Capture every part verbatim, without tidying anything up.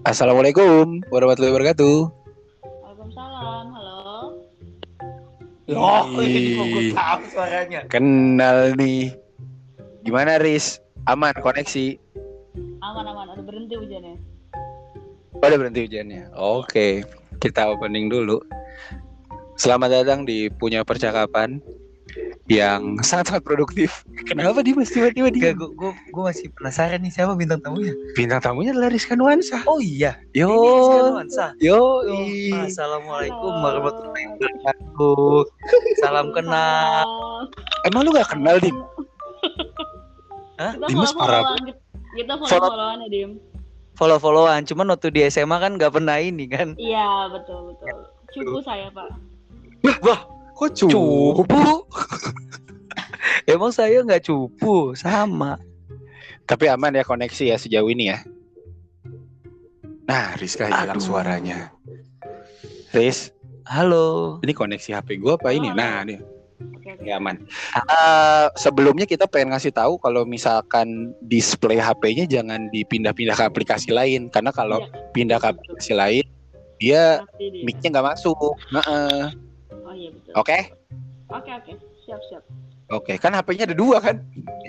Assalamualaikum warahmatullahi wabarakatuh. Waalaikumsalam, halo. Oh, ini kok gue Ih, tahu suaranya. kenal nih. Gimana Riz? Aman koneksi? Aman-aman, udah berhenti hujannya. Oh, udah berhenti hujannya. Oke, kita opening dulu. Selamat datang di Punya Percakapan yang sangat-sangat produktif. Kenapa dia mas tiba-tiba dia? Gak, gue, gue, gue masih penasaran nih siapa bintang tamunya. Bintang tamunya adalah Rizka Nuansa. Oh iya, Yo, ini Rizka Nuansa. yo, Oh, ih. Assalamualaikum Halo. warahmatullahi wabarakatuh. Salam kenal. Emang lu gak kenal Dim? Hah? Kita Dimas parah. follow-followan, kita Follow- follow-followan ya, Dim. Follow-followan, cuman waktu di S M A kan gak pernah ini kan. Iya, betul, betul. Cukup saya, Pak. Wah, Kok cupu? cupu. Emang saya gak cupu, sama. Tapi aman ya koneksi ya sejauh ini ya. Nah, Rizka hilang Aduh. suaranya. Riz, Halo. ini koneksi H P gue apa ini? Halo. Nah, ini Oke, oke. ya aman. Eh, sebelumnya kita pengen ngasih tahu kalau misalkan display H P-nya jangan dipindah-pindah ke aplikasi lain, karena kalau Iya, pindah ke betul, aplikasi lain dia Mati dia. mic-nya nggak masuk. Heeh. Oh iya, betul. Oke, Oke, oke. Siap, siap. oke. Kan H P-nya ada dua kan?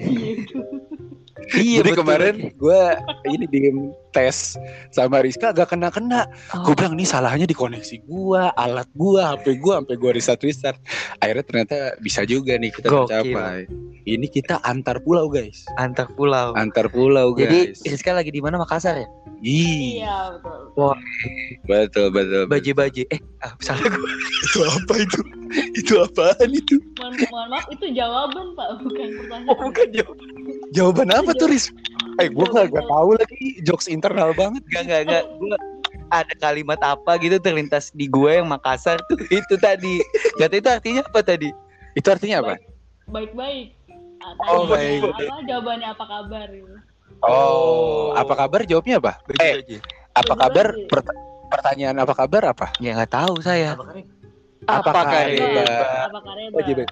Iya, Jadi betul. kemarin gue ini di tes sama Rizka gak kena-kena. Oh. Gue bilang nih salahnya di koneksi gue, alat gue, H P gue, sampai gue restart restart. Akhirnya ternyata bisa juga nih kita Gokil. tercapai. Ini kita antar pulau guys, Antar pulau. antar pulau Jadi guys. Rizka lagi di mana? Makassar ya? Ih, Iya, betul. betul betul. betul. Baji-baji. Eh, ah, salah gue. Itu apa itu? Itu apaan itu? Mohon, mohon maaf, itu jawaban, Pak, bukan pertanyaan. Oh, bukan jawaban. Jawaban apa tuh Riz? Eh gue gak, gak tahu lagi, jokes internal banget. Enggak, enggak, enggak. Gue ada kalimat apa gitu terlintas di gue yang Makassar tuh. Itu tadi. Gak tahu itu artinya apa tadi? Itu artinya apa? Baik-baik. Ah, Oh, tanya baik. Apa jawabannya apa kabar? Gitu. Oh, apa kabar? Jawabnya apa? Eh, Baji-baji. apa kabar? Pert- pertanyaan apa kabar apa? Ya nggak tahu saya. Apa kabar? Apa kabar? Oh, gitu.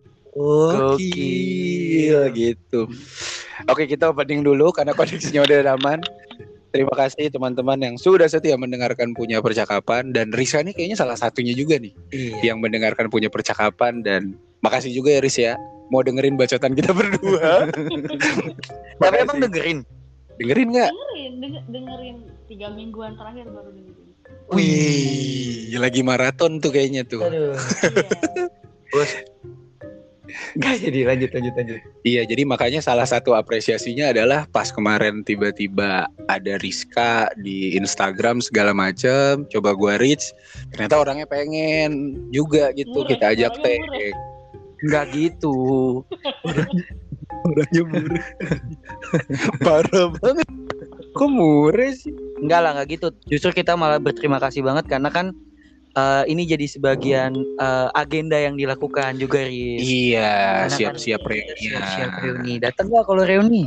Gokil gitu. Oke, kita opening dulu karena koneksinya udah aman. Terima kasih teman-teman yang sudah setia mendengarkan Punya Percakapan, dan Rizka ini kayaknya salah satunya juga nih Iya. yang mendengarkan Punya Percakapan, dan makasih juga ya Riz ya mau dengerin bacotan kita berdua. Tapi Makasih. emang dengerin. Dengerin nggak? Dengerin, denger- dengerin tiga mingguan terakhir baru dengerin. Wih, lagi maraton tuh kayaknya tuh. Aduh. Iya. Bos. Gak jadi lanjut lanjut lanjut. Iya, jadi makanya salah satu apresiasinya adalah pas kemarin tiba-tiba ada Rizka di Instagram segala macem, coba gua reach, ternyata orangnya pengen juga gitu, Murah, kita ajak orangnya tag. murah. Enggak gitu. Orangnya murah. Parah banget. Kok murah sih? Enggak lah, enggak gitu. Justru kita malah berterima kasih banget karena kan eh, ini jadi sebagian eh, agenda yang dilakukan juga, Riz. Iya, Karena siap-siap kan reuni. Siap-siap reuni. Datang nggak kalau reuni?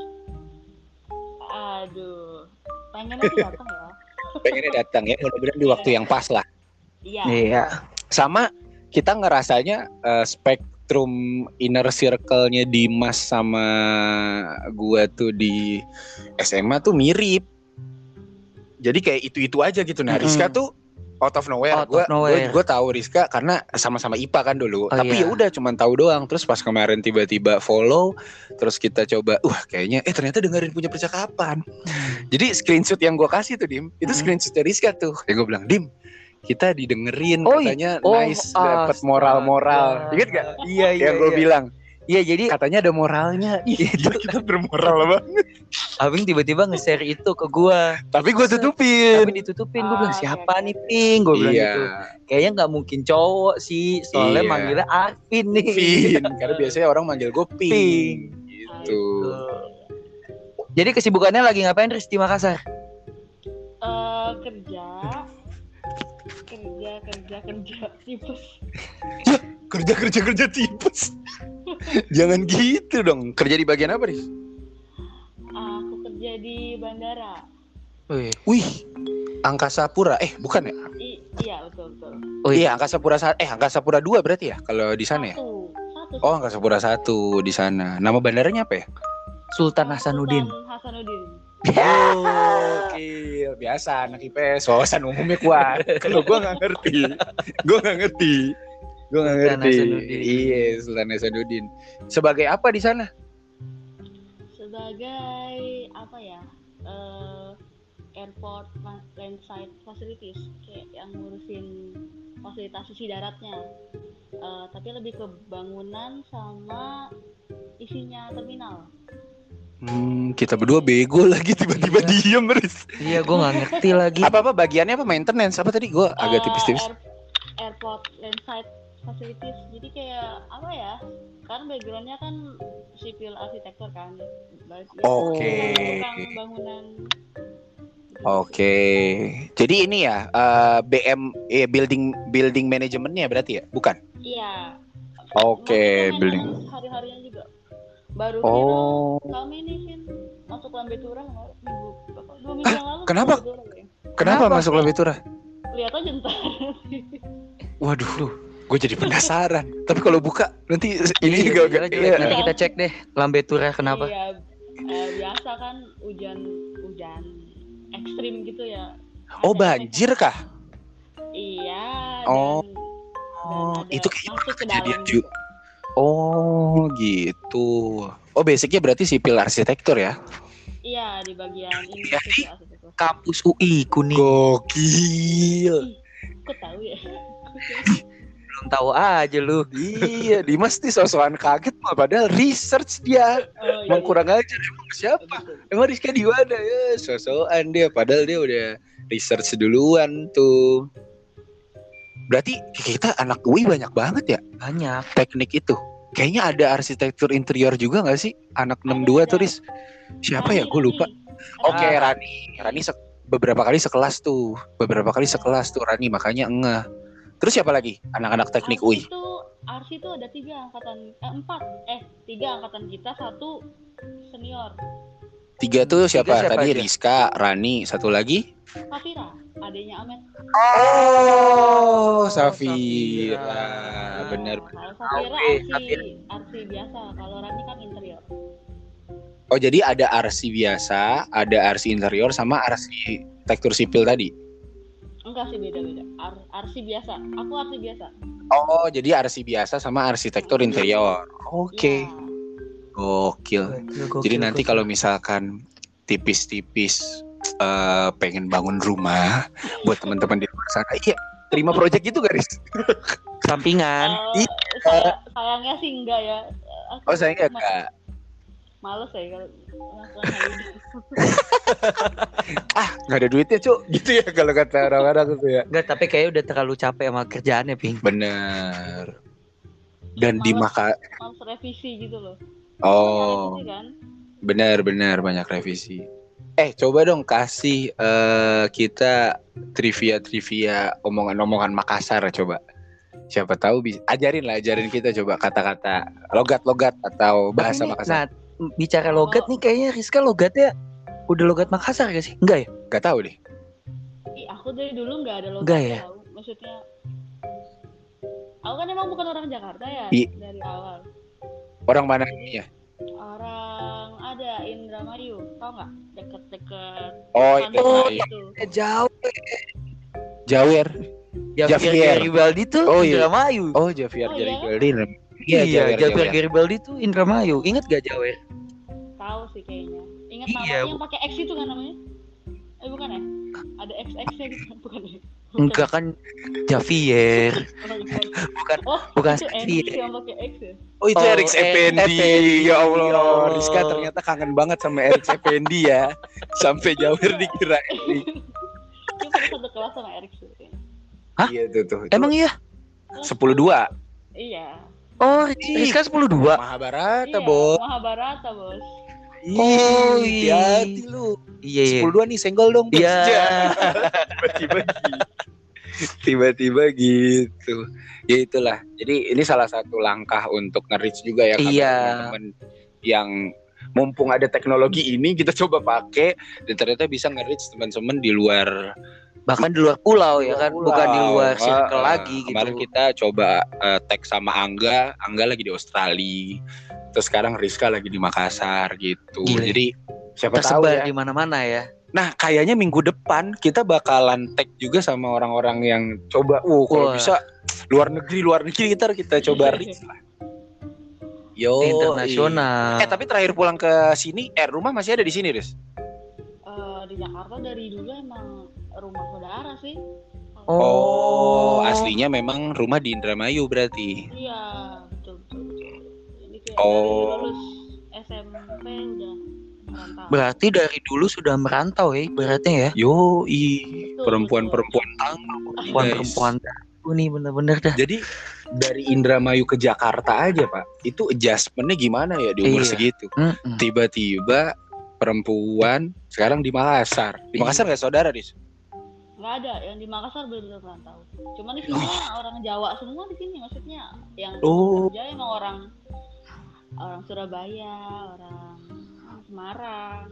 Aduh, pengennya sih datang ya. Pengennya datang ya, mudah-mudahan di waktu yang pas lah. Iya. Iya. Sama kita ngerasanya eh, spektrum inner circle-nya Dimas sama gua tuh di S M A tuh mirip. Jadi kayak itu-itu aja gitu. Nah, Mm-mm. Rizka tuh out of nowhere. Out Gua of nowhere. gua, gua tahu Rizka karena sama-sama I P A kan dulu. Oh, Tapi iya. ya udah cuman tahu doang. Terus pas kemarin tiba-tiba follow, terus kita coba, wah kayaknya eh ternyata dengerin Punya Percakapan. Jadi screenshot yang gua kasih tuh Dim, itu Mm-mm. screenshot dari Rizka tuh. Ya gua bilang, "Dim, kita didengerin, Oh, katanya oh, nice, dapat moral-moral." astaga. Ingat gak? Iya, iya. Yang gue iya. bilang, Iya, jadi katanya ada moralnya. Ih, gila, kita bermoral banget. Abing tiba-tiba nge-share itu ke gua. Tapi gue tutupin. Tapi ditutupin, gue bilang Ah, siapa oke, nih oke. Ping, gue bilang Iya, gitu. Kayaknya nggak mungkin cowok sih, soalnya Iya. manggilnya Arvin nih. Pin. Karena biasanya orang manggil gue Pin. Ping. Gitu. Jadi kesibukannya lagi ngapain, Riz, di Makassar? Eh, kerja, kerja, kerja, kerja, tipes. Kerja kerja kerja tipes. Jangan gitu dong. Kerja di bagian apa, Riz? Aku kerja di bandara. Wih, Wih, Angkasa Pura. Eh, bukan ya? I- iya betul betul. Oh, iya. Iya, Angkasa Pura sa- eh Angkasa Pura dua berarti ya kalau di sana ya? Satu, satu. Oh, Angkasa Pura satu di sana. Nama bandaranya apa ya? Sultan Hasanuddin. Sultan Hasanuddin. Gokil. iya biasa anak I P S wawasan umumnya kuat. Kalau gue nggak ngerti, gue nggak ngerti, gue nggak Sultan ngerti. Hasanuddin. Iya Sultan Hasanuddin. Sebagai apa di sana? Sebagai apa ya? eh, airport lan- landside facilities, kayak yang ngurusin fasilitas sisi daratnya. Eh, tapi lebih ke bangunan sama isinya terminal. Hmm, kita berdua bego lagi tiba-tiba Iya. diem Riz. Iya, gue nggak ngerti lagi. Apa apa bagiannya apa maintenance apa tadi gue agak Eh, tipis-tipis. air- airport landside facilities, jadi kayak apa ya, kan backgroundnya kan sipil arsitektur kan. Berarti Oke. tukang bangunan. Oke, jadi ini ya eh, B M eh, building building manajemennya berarti ya, bukan? Iya. Oke, Maksudnya building. maintenance hari-harinya juga. Baru Oh. Vino, kami nih Vin masuk Lambe Turah kemarin, minggu berapa? Dua minggu yang lalu. kenapa? Lambe Turah, ya. Kenapa, Kenapa? masuk Lambe Turah? Lihat aja ntar. Waduh, gue jadi penasaran. Tapi kalau buka nanti ini Iya, juga gila, gila. Nanti kita cek deh Lambe Turah kenapa. Iya, eh, biasa kan hujan hujan ekstrim gitu ya. Oh Ada banjir kah? Iya. Oh. Dan, Oh, dan ada itu kayaknya masuk ke kejadian dalam juga. Oh gitu. Oh basicnya berarti sipil arsitektur ya? Iya, di bagian ini Ya, sipil arsitektur. Kampus U I kuning. Gokil. Kok tahu ya? Belum tahu aja lu. Iya, Dimas nih sosokan kaget malah padahal research dia. Oh, Emang kurang ajar emang siapa? Emang Rizka di mana ya? Sosokan dia padahal dia udah research duluan tuh. Berarti kita anak U I banyak banget ya Banyak. teknik itu. Kayaknya ada arsitektur interior juga gak sih? Anak enam puluh dua Ada, tuh ada. Riz. Siapa ya? Rani, Gue lupa. Rani. Oke Ah. Rani. Rani se- beberapa kali sekelas tuh. Beberapa kali sekelas tuh Rani makanya engeh. Terus siapa lagi? Anak-anak teknik U I. Arsi itu Arsi itu ada tiga angkatan, eh, empat, eh tiga angkatan kita, satu senior. Tiga tuh siapa? Tiga siapa Tadi aja? Rizka, Rani, satu lagi. Safira, adanya Amet. Oh, Safira. Safira. Bener. Kalau Safira Oke, Arsi, Safira. Arsi biasa. Kalau Rani kan interior. Oh, jadi ada arsi biasa, ada arsi interior sama arsitektur sipil tadi. Enggak sih, beda-beda. Ar Arsi biasa. Aku Arsi biasa. Oh, jadi arsi biasa sama arsitektur interior. Oke. Iya. Gokil. Jadi nanti kalau misalkan tipis-tipis eh, pengen bangun rumah buat teman-teman di luar sana, iya, terima project gitu garis. sampingan. Eh, saya- sayangnya sih enggak ya. Aku Oh, saya ma- enggak. Males ya kalau melakukan hal itu. Ah, nggak ada duitnya, Cuk. Gitu ya kalau kata orang-orang tuh ya. Enggak, tapi kayaknya udah terlalu capek sama kerjaannya, Ping. Bener. Dan di Males- maka Males revisi gitu loh. oh, Revisi kan? benar-benar banyak revisi. Eh, coba dong kasih eh, kita trivia-trivia omongan-omongan Makassar coba. Siapa tahu bisa ajarin lah, ajarin kita coba kata-kata logat-logat atau bahasa Tapi nih, Makassar. nah, bicara logat nih kayaknya Rizka logatnya udah logat Makassar gak sih? Enggak ya? Gak tahu deh. Ih, aku dari dulu nggak ada logat Nggak ya? tahu. Maksudnya, aku kan emang bukan orang Jakarta ya I- dari awal. Orang mana ya? Orang ada Indramayu, tau nggak? Deket-deket. Oh, pantai Indramayu. gitu. Eh, jauh. Jawer. Javier Javier. Garibaldi tuh Oh, iya. Indramayu. Oh, Javier Oh, dari iya? Berlin. Iya, Javier, Javier Javier. Garibaldi tuh Indramayu. Ingat gak Javier? Tahu sih kayaknya. Ingat Iya, namanya Bu. yang pakai X itu kan namanya? Eh bukan ya? Ada X X-nya gitu, bukan ya? Bukan. Enggak kan Javier. Oh, bukan. Bukan Oh, bukan itu X Xavier. yang pakai X ya? Oh, itu Oh, Eric eh, Effendi. Effendi. Ya Allah, Ya Allah. Rizka ternyata kangen banget sama Eric Effendi ya. Sampai Jawer dikira ini. Dia pernah satu kelas sama Eric sih kayaknya. Hah? Iya tuh tuh. Emang iya? Kelas sepuluh dua. Iya. Oh, Rizka sepuluh dua. Mahabharata, Iya, Bos. Mahabharata, Bos. Oh, Ih, iya. hati-hati lu. Iya, iya. sepuluh dua nih senggol dong. Bos. Iya. Tiba-tiba gitu. Tiba-tiba gitu. Ya itulah. Jadi ini salah satu langkah untuk nge-reach juga ya kalau Iya. teman-teman yang mumpung ada teknologi ini kita coba pakai dan ternyata bisa nge-reach teman-teman di luar Bahkan di luar pulau ya kan, pulau. bukan di luar circle Ah, lagi gitu. Kemarin kita coba uh, tag sama Angga, Angga lagi di Australia. Terus sekarang Rizka lagi di Makassar gitu. Gila. Jadi siapa tahu tersebar ya. di mana-mana ya. Nah, kayaknya minggu depan kita bakalan tag juga sama orang-orang yang coba, uh kalau Wah. bisa luar negeri, luar negeri kita kita coba reach lah. Yo, Internasional. Eh, tapi terakhir pulang ke sini, eh rumah masih ada di sini, Riz? Eh, di Jakarta dari dulu emang rumah saudara sih. Oh, Oh. aslinya memang rumah di Indramayu berarti. Iya, betul betul. betul. Ini kayak Oh. dari lulus S M P udah merantau. Berarti dari dulu sudah merantau ya, berarti ya. Yo, i Betul, perempuan-perempuan tangguh, Perempuan-perempuan aku nih bener-bener dah. Jadi dari Indramayu ke Jakarta aja, Pak. Itu adjustment-nya gimana ya di umur Iya. segitu? Mm-mm. Tiba-tiba perempuan sekarang di Makassar. Di Iya. Makassar nggak saudara, Dis? Nggak ada, yang di Makassar benar-benar merantau. Cuman di sini orang Jawa semua di sini, maksudnya yang Oh. kerja emang orang orang Surabaya, orang Semarang.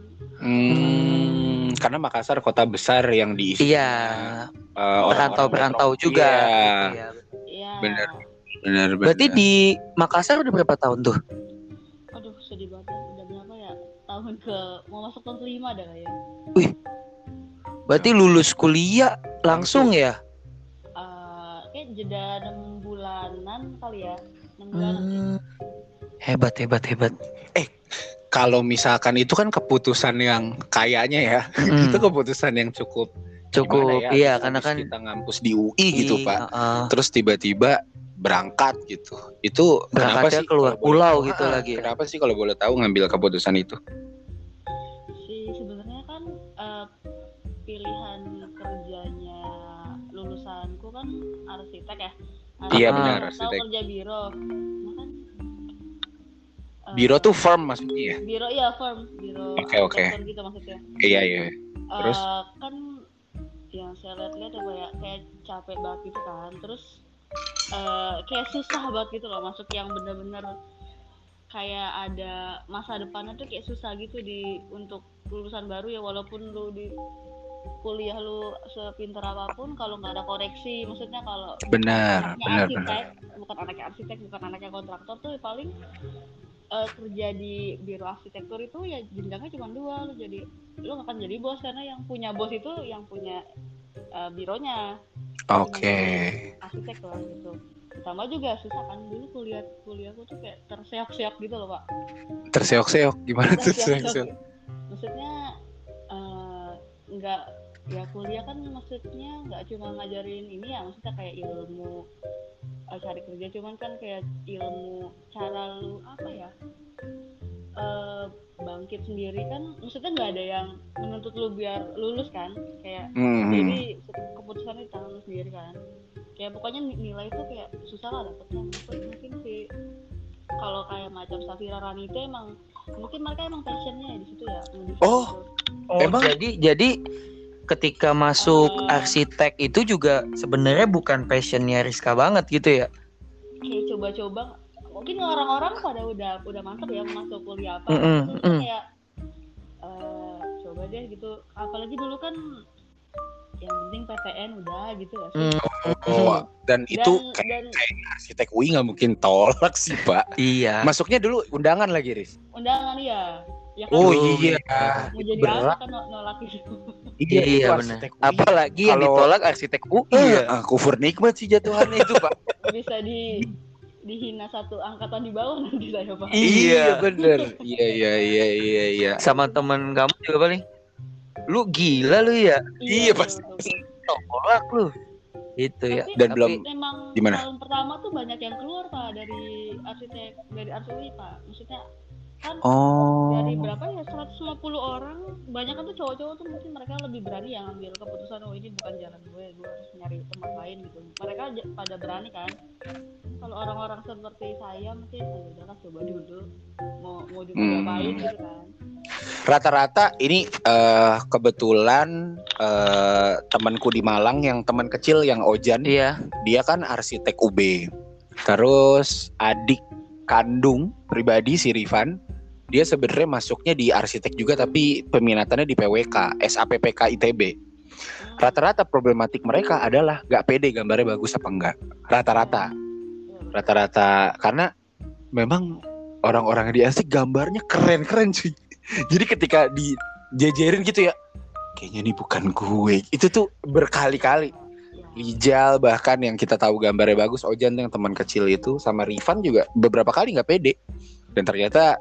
Hmm, karena Makassar kota besar yang diisi Iya. eh, Perantau-perantau orang-orang juga. Iya, gitu ya. Iya. benar. benar benar. Berarti di Makassar udah berapa tahun tuh? Aduh, sedih banget. Udah berapa ya? Tahun ke mau masuk tahun kelima dah ya. Berarti lulus kuliah langsung ya? Eh, kayak jeda enam bulanan kali ya. enam bulanan. Hmm. Hebat, hebat, hebat. Kalau misalkan itu kan keputusan yang kayaknya ya, Mm. itu keputusan yang cukup Cukup, gimana ya, iya habis karena kan kita ngampus di U I gitu, Pak. Heeh. Terus tiba-tiba berangkat gitu. Itu kenapa Berangkatnya sih keluar kalau boleh pulau tahu? gitu Ah, lagi ya? Kenapa sih kalau boleh tahu ngambil keputusan itu? Si sebenarnya kan eh, pilihan kerjanya lulusanku kan arsitek ya. Iya, Arsitek, benar, atau arsitek. kerja biro. Nah kan eh, Biro tuh firm maksudnya ya? biro ya firm biro Oke, oke. arsitektur gitu maksudnya. Iya, iya. Terus? Eh, kan yang saya lihat-lihat apa ya kayak capek banget gitu kan. Terus eh, kayak susah banget gitu loh masuk yang bener-bener kayak ada masa depannya tuh kayak susah gitu di untuk lulusan baru ya, walaupun lu di kuliah lu sepintar apapun kalau nggak ada koreksi, maksudnya kalau Benar, anaknya benar, arsitek, bukan anaknya arsitek, bukan anaknya kontraktor tuh paling eh, kerja di biro arsitektur itu ya jenjangnya cuma dua, lu jadi lu nggak akan jadi bos karena yang punya bos itu yang punya eh, bironya. Oke. Arsitek tuh gitu. Ditambah juga susah kan dulu kuliah kuliahku tuh kayak terseok-seok gitu loh, Pak. Terseok-seok gimana tuh Terseok-seok. terseok? Maksudnya eh, nggak ya kuliah kan maksudnya nggak cuma ngajarin ini ya, maksudnya kayak ilmu eh, cari kerja, cuman kan kayak ilmu cara lu apa ya eh, bangkit sendiri kan, maksudnya nggak ada yang menuntut lu biar lulus kan, kayak Hmm. jadi keputusan di tangan lu sendiri kan, kayak pokoknya nilai itu kayak susah lah dapetnya. Mungkin, mungkin sih kalau kayak macam Safira Rani itu emang mungkin mereka emang passionnya di situ ya. di situ. Oh. Oh, Emang? jadi jadi ketika masuk Eh. arsitek itu juga sebenarnya bukan passionnya Rizka banget gitu ya? Kayak coba-coba, mungkin orang-orang pada udah udah mantep ya masuk kuliah apa, Mm-mm, terus mm. kayak eh, coba deh gitu, apalagi dulu kan yang penting P T N udah gitu ya sih. Hmm. Oh, dan itu Dan- kayak, dan- kayak arsitek U I nggak mungkin tolak sih, Pak. Iya. Masuknya dulu undangan lagi, Riz. Undangan ya, ya kan Oh Aduh, iya. mau jadi berat. apa kan nolak itu. Iya, itu benar. arsitek U I. Apalagi yang Kalau- ditolak arsitek U I Iya, ya. ah, kufur nikmat sih jatuhannya itu, Pak. Bisa di dihina satu angkatan di bawah nanti saya, Pak. Iya. bener. Iya, iya, iya, iya, iya. Sama temen kamu juga paling. Lu gila lu ya. Iya, betul, pasti. betul, betul. Tolak lu. Gitu ya. Tapi- Dan Tapi- belum Memang Gimana? tahun pertama tuh banyak yang keluar, Pak, dari arsitek dari Arsui, Pak. Maksudnya kan Oh. dari berapa ya seratus lima puluh orang, banyak kan tuh cowok-cowok tuh mungkin mereka lebih berani ya ngambil keputusan, oh ini bukan jalan gue, gue harus nyari tempat lain gitu. Mereka j- pada berani kan. Kalau orang-orang seperti saya mungkin oh, udahlah coba dulu mau mau juga Hmm. ngapain gitu kan. Rata-rata ini eh, kebetulan eh, temanku di Malang yang teman kecil yang Ojan, Iya. dia kan arsitek U B. Terus adik kandung pribadi si Rifan, dia sebenarnya masuknya di arsitek juga tapi peminatannya di P W K, S A P P K I T B. Rata-rata problematik mereka adalah gak pede gambarnya bagus apa enggak. Rata-rata, rata-rata karena memang orang-orang di asik gambarnya keren-keren cuy. Jadi ketika dijejerin gitu ya, kayaknya ini bukan gue. Itu tuh berkali-kali. Lijal bahkan yang kita tahu gambarnya bagus, Ojan yang teman kecil itu, sama Rifan juga beberapa kali nggak pede. Dan ternyata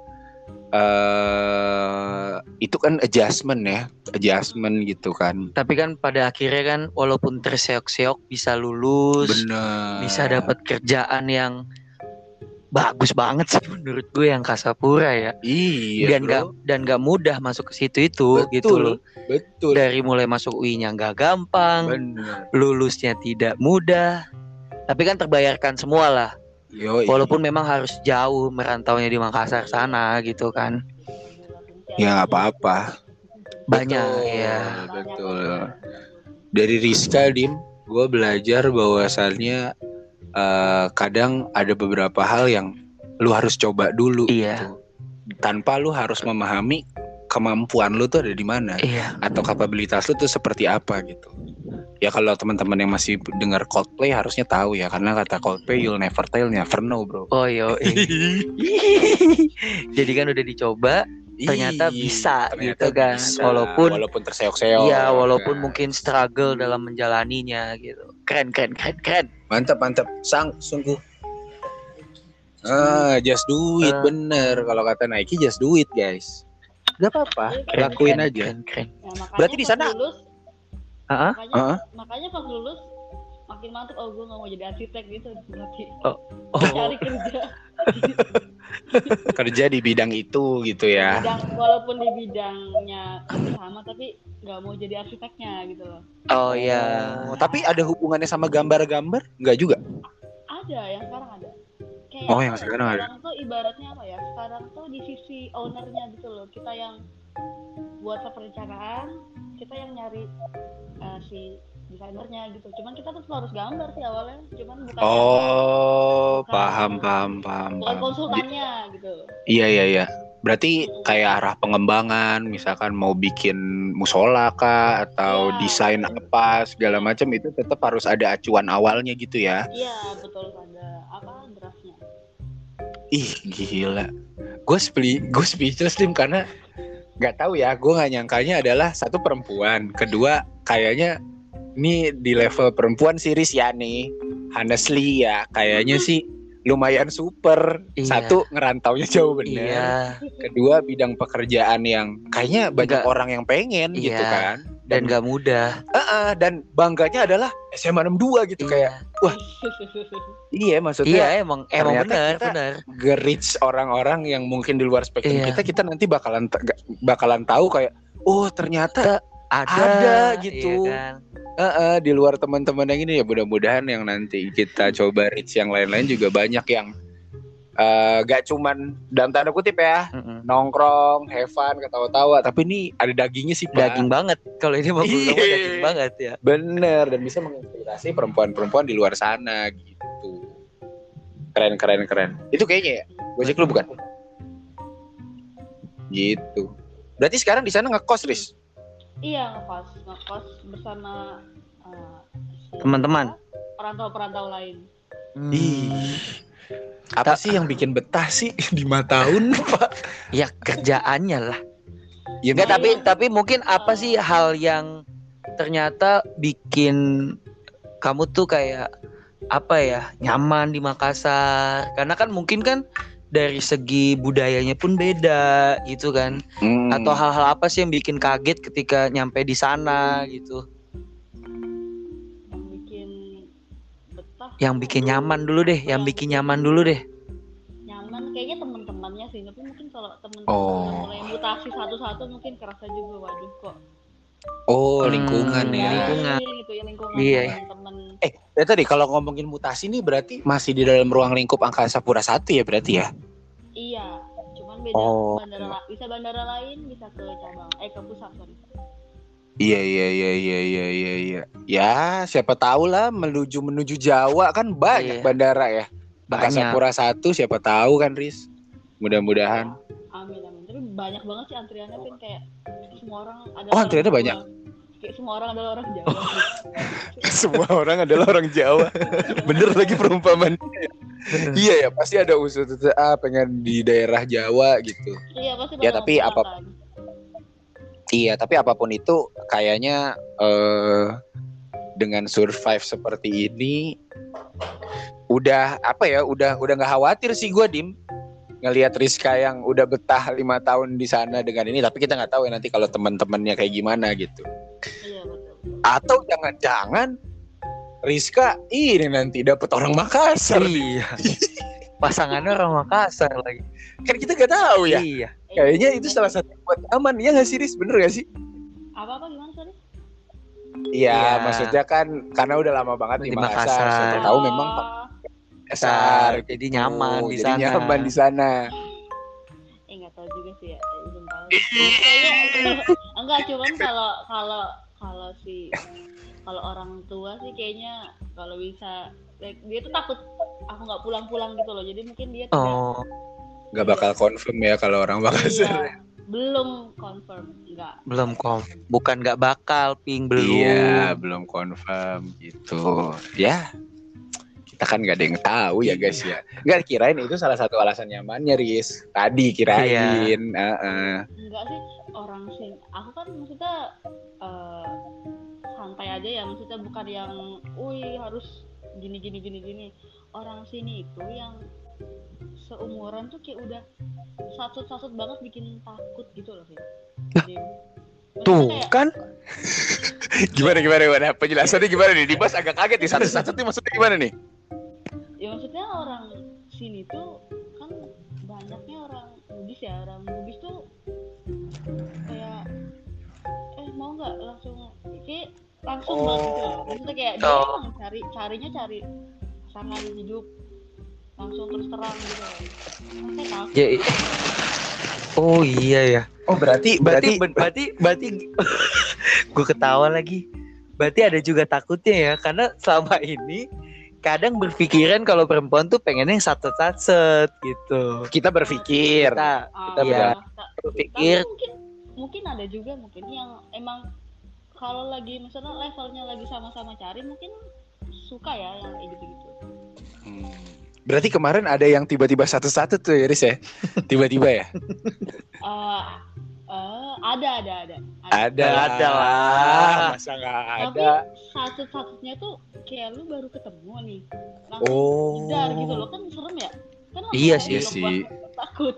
uh, itu kan adjustment ya, adjustment gitu kan. Tapi kan pada akhirnya kan walaupun terseok-seok bisa lulus, bener, bisa dapat kerjaan yang bagus banget sih menurut gue yang Kasapura ya. Iya. Dan nggak dan nggak mudah masuk ke situ itu. Betul, gitu loh. Betul. Dari mulai masuk U I-nya nggak gampang, bener. Lulusnya tidak mudah. Tapi kan terbayarkan semua lah. Yoi. Walaupun memang harus jauh merantaunya di Makassar sana gitu kan. Ya nggak apa-apa. Banyak betul, ya. Betul. Dari Rizka Dim, gue belajar bahwasannya uh, kadang ada beberapa hal yang lu harus coba dulu. Iya. Gitu. Tanpa lu harus memahami kemampuan lu tuh ada di mana. Iya. Atau kapabilitas lu tuh seperti apa gitu. Ya kalau teman-teman yang masih dengar Coldplay harusnya tahu ya, karena kata Coldplay you'll never tell, never know bro. Oh yo. Jadi kan udah dicoba, ternyata bisa ternyata gitu kan. Bisa. Walaupun walaupun terseok-seok. Iya, walaupun kan mungkin struggle dalam menjalaninya gitu. Keren keren keren keren. Mantap mantap. Sang sungguh. Ah, just do it uh, bener. Kalau kata Nike just do it guys. Gak apa-apa, keren, lakuin keren, aja. Keren, keren. Ya, berarti di sana lulus, uh-huh. makanya, uh-huh. makanya pas lulus makin mantap. Oh gue nggak mau jadi arsitek gitu berarti. Oh. Oh. Cari kerja. Kerja di bidang itu gitu ya. Bidang, walaupun di bidangnya sama tapi nggak mau jadi arsiteknya gitu loh. Oh ya. Oh, tapi ada hubungannya sama gambar-gambar? Nggak juga? Ada, yang sekarang ada. Kayak oh yang sekarang ada. Sekarang tuh ibaratnya apa ya? Sekarang tuh di sisi ownernya gitu loh. Kita yang buat perencanaan, kita yang nyari uh, si desainernya gitu. Cuman kita tuh harus gambar sih awalnya. Cuman bukan. Oh, bukan, paham, paham, paham. Bukan konsultannya gitu. Iya, iya, iya. Berarti kayak arah pengembangan, misalkan mau bikin musola kah atau ya, desain apa segala macam itu tetap harus ada acuan awalnya gitu ya? Iya betul, ada apa draftnya. Ih gila, gue spe- gue speechless Lim, karena nggak tahu ya, gue nggak nyangkanya adalah satu perempuan, kedua kayaknya ini di level perempuan sih Riz ya nih, honestly ya kayaknya sih lumayan super. Iya. Satu, ngerantaunya jauh bener. Iya. Kedua, bidang pekerjaan yang kayaknya banyak gak, orang yang pengen iya, gitu kan. Dan, dan gak mudah. Uh-uh, dan bangganya adalah S M A enam dua gitu. Iya. Kayak wah. Iya maksudnya. Iya emang emang benar benar. Nge-reach orang-orang yang mungkin di luar spektrum iya. kita, kita nanti bakalan bakalan tahu kayak oh ternyata ada, ada gitu. Iya kan? Uh, uh, di luar teman-teman yang ini ya, mudah-mudahan yang nanti kita coba reach yang lain-lain juga banyak yang uh, gak cuman dalam tanda kutip ya mm-mm. nongkrong, have fun, ketawa-tawa, tapi ini ada dagingnya sih Pak. Daging banget kalau ini mah daging banget ya. Bener, dan bisa menginspirasi perempuan-perempuan di luar sana gitu. Keren keren keren. Itu kayaknya ya Gojek lu bukan? Gitu. Berarti sekarang di sana ngekos Riz? Iya ngekos, ngekos bersama uh, teman-teman, perantau-perantau lain. Hmm. Ih, apa Ta- sih yang bikin betah sih lima tahun Pak? Ya kerjaannya lah. Ya, Nggak, tapi ya. tapi mungkin apa sih hal yang ternyata bikin kamu tuh kayak apa ya nyaman di Makassar? Karena kan mungkin kan dari segi budayanya pun beda gitu kan. Hmm. Atau hal-hal apa sih yang bikin kaget ketika nyampe di sana gitu? Yang bikin betah. Yang bikin nyaman dulu deh, yang, yang bikin nyaman dulu deh. Nyaman kayaknya teman-temannya sih, tapi mungkin kalau teman-teman oh. mulai mutasi satu-satu mungkin kerasa juga, waduh kok. Oh, lingkungan hmm, ya. Lingkungan. Gitu ya, lingkungan iya. teman-teman. Eh, ya tadi kalau ngomongin mutasi nih berarti masih di dalam ruang lingkup Angkasa Pura satu ya berarti ya? Iya, cuman beda oh. bandara, bisa bandara lain, bisa ke cabang, eh ke pusat sorry. Iya iya iya iya iya iya iya. Ya, siapa tahu lah menuju menuju Jawa kan banyak iya. bandara ya. Angkasa Pura satu siapa tahu kan Riz. Mudah-mudahan. Amin amin. Tapi banyak banget sih antriannya kan kayak semua orang ada. Oh, antriannya banyak. Kayak semua orang adalah orang Jawa. Semua orang adalah orang Jawa. Bener lagi perumpamaan. Iya ya, pasti ada unsur ah pengen di daerah Jawa gitu. Iya, pasti. Ya tapi apa Iya, tapi apapun itu kayaknya eh, dengan survive seperti ini udah apa ya, udah udah nggak khawatir sih gue Dim ngelihat Rizka yang udah betah lima tahun di sana dengan ini. Tapi kita nggak tahu ya nanti kalau teman-temannya kayak gimana gitu. Iya betul. Atau jangan-jangan Rizka ini nanti dapet orang Makassar. Iya. Pasangannya orang Makassar lagi. Kan kita nggak tahu ya. Iya. Kayaknya itu salah satu yang buat aman ya nggak sih Riz? Bener nggak sih? Apa apa gimana sorry? Iya, Iya. maksudnya kan karena udah lama banget di, Di Makassar. Makassar. Siapa tahu memang Oh, Makassar. Jadi nyaman Oh, di jadi sana. nyaman di sana. eh nggak tahu juga sih ya, eh, belum tahu. Kayaknya enggak, cuman kalau kalau kalau si kalau orang tua sih kayaknya kalau bisa like, dia tuh takut aku nggak pulang-pulang gitu loh. Jadi mungkin dia tidak Oh, Nggak bakal confirm ya kalau orang Makassar. iya, belum confirm nggak. belum kom. Bukan nggak bakal, ping belum. Iya, belum confirm gitu. Ya, kita kan nggak ada yang tahu ya guys ya. Nggak kirain itu salah satu alasan nyamannya Riz. Tadi kirain. Heeh. Enggak sih, orang sih aku kan maksudnya eh, santai aja ya, maksudnya bukan yang wih harus gini gini gini gini. Orang sini itu yang seumuran tuh kayak udah sasut-sasut banget, bikin takut gitu loh sih. Jadi, maksudnya Tuh kayak, kan. Gimana gimana gimana? Penjelasannya gimana nih? Dimas agak kaget nih. Satu-satu nih maksudnya gimana nih? ya maksudnya orang sini tuh kan banyaknya orang Bugis ya, orang Bugis tuh kayak eh mau nggak langsung kayak langsung Oh. banget gitu loh. Maksudnya kayak dia Oh. emang cari carinya cari pasangan hidup langsung terus terang gitu loh. Makanya takut. Ya, i- oh iya ya. Oh berarti Berarti berarti berarti berarti gue ketawa lagi. Berarti ada juga takutnya ya, karena selama ini kadang berpikiran kalau perempuan tuh pengennya yang satu-satu gitu. kita berpikir. Kita Ah, kita iya. ta- tapi berpikir mungkin mungkin ada juga mungkin yang emang kalau lagi misalnya levelnya lagi sama-sama cari mungkin suka ya yang kayak gitu-gitu. Hmm. Berarti kemarin ada yang tiba-tiba satu-satu tuh ya Riz ya? Tiba-tiba ya? Eh eh, ada ada ada. Ada, Ada lah. Masa nggak Tapi ada? satu-satunya tuh kayak lu baru ketemu nih, langsung Oh. jedar gitu loh, kan serem ya? Kan langsung Iya kayak sih. blok Sih. banget, takut.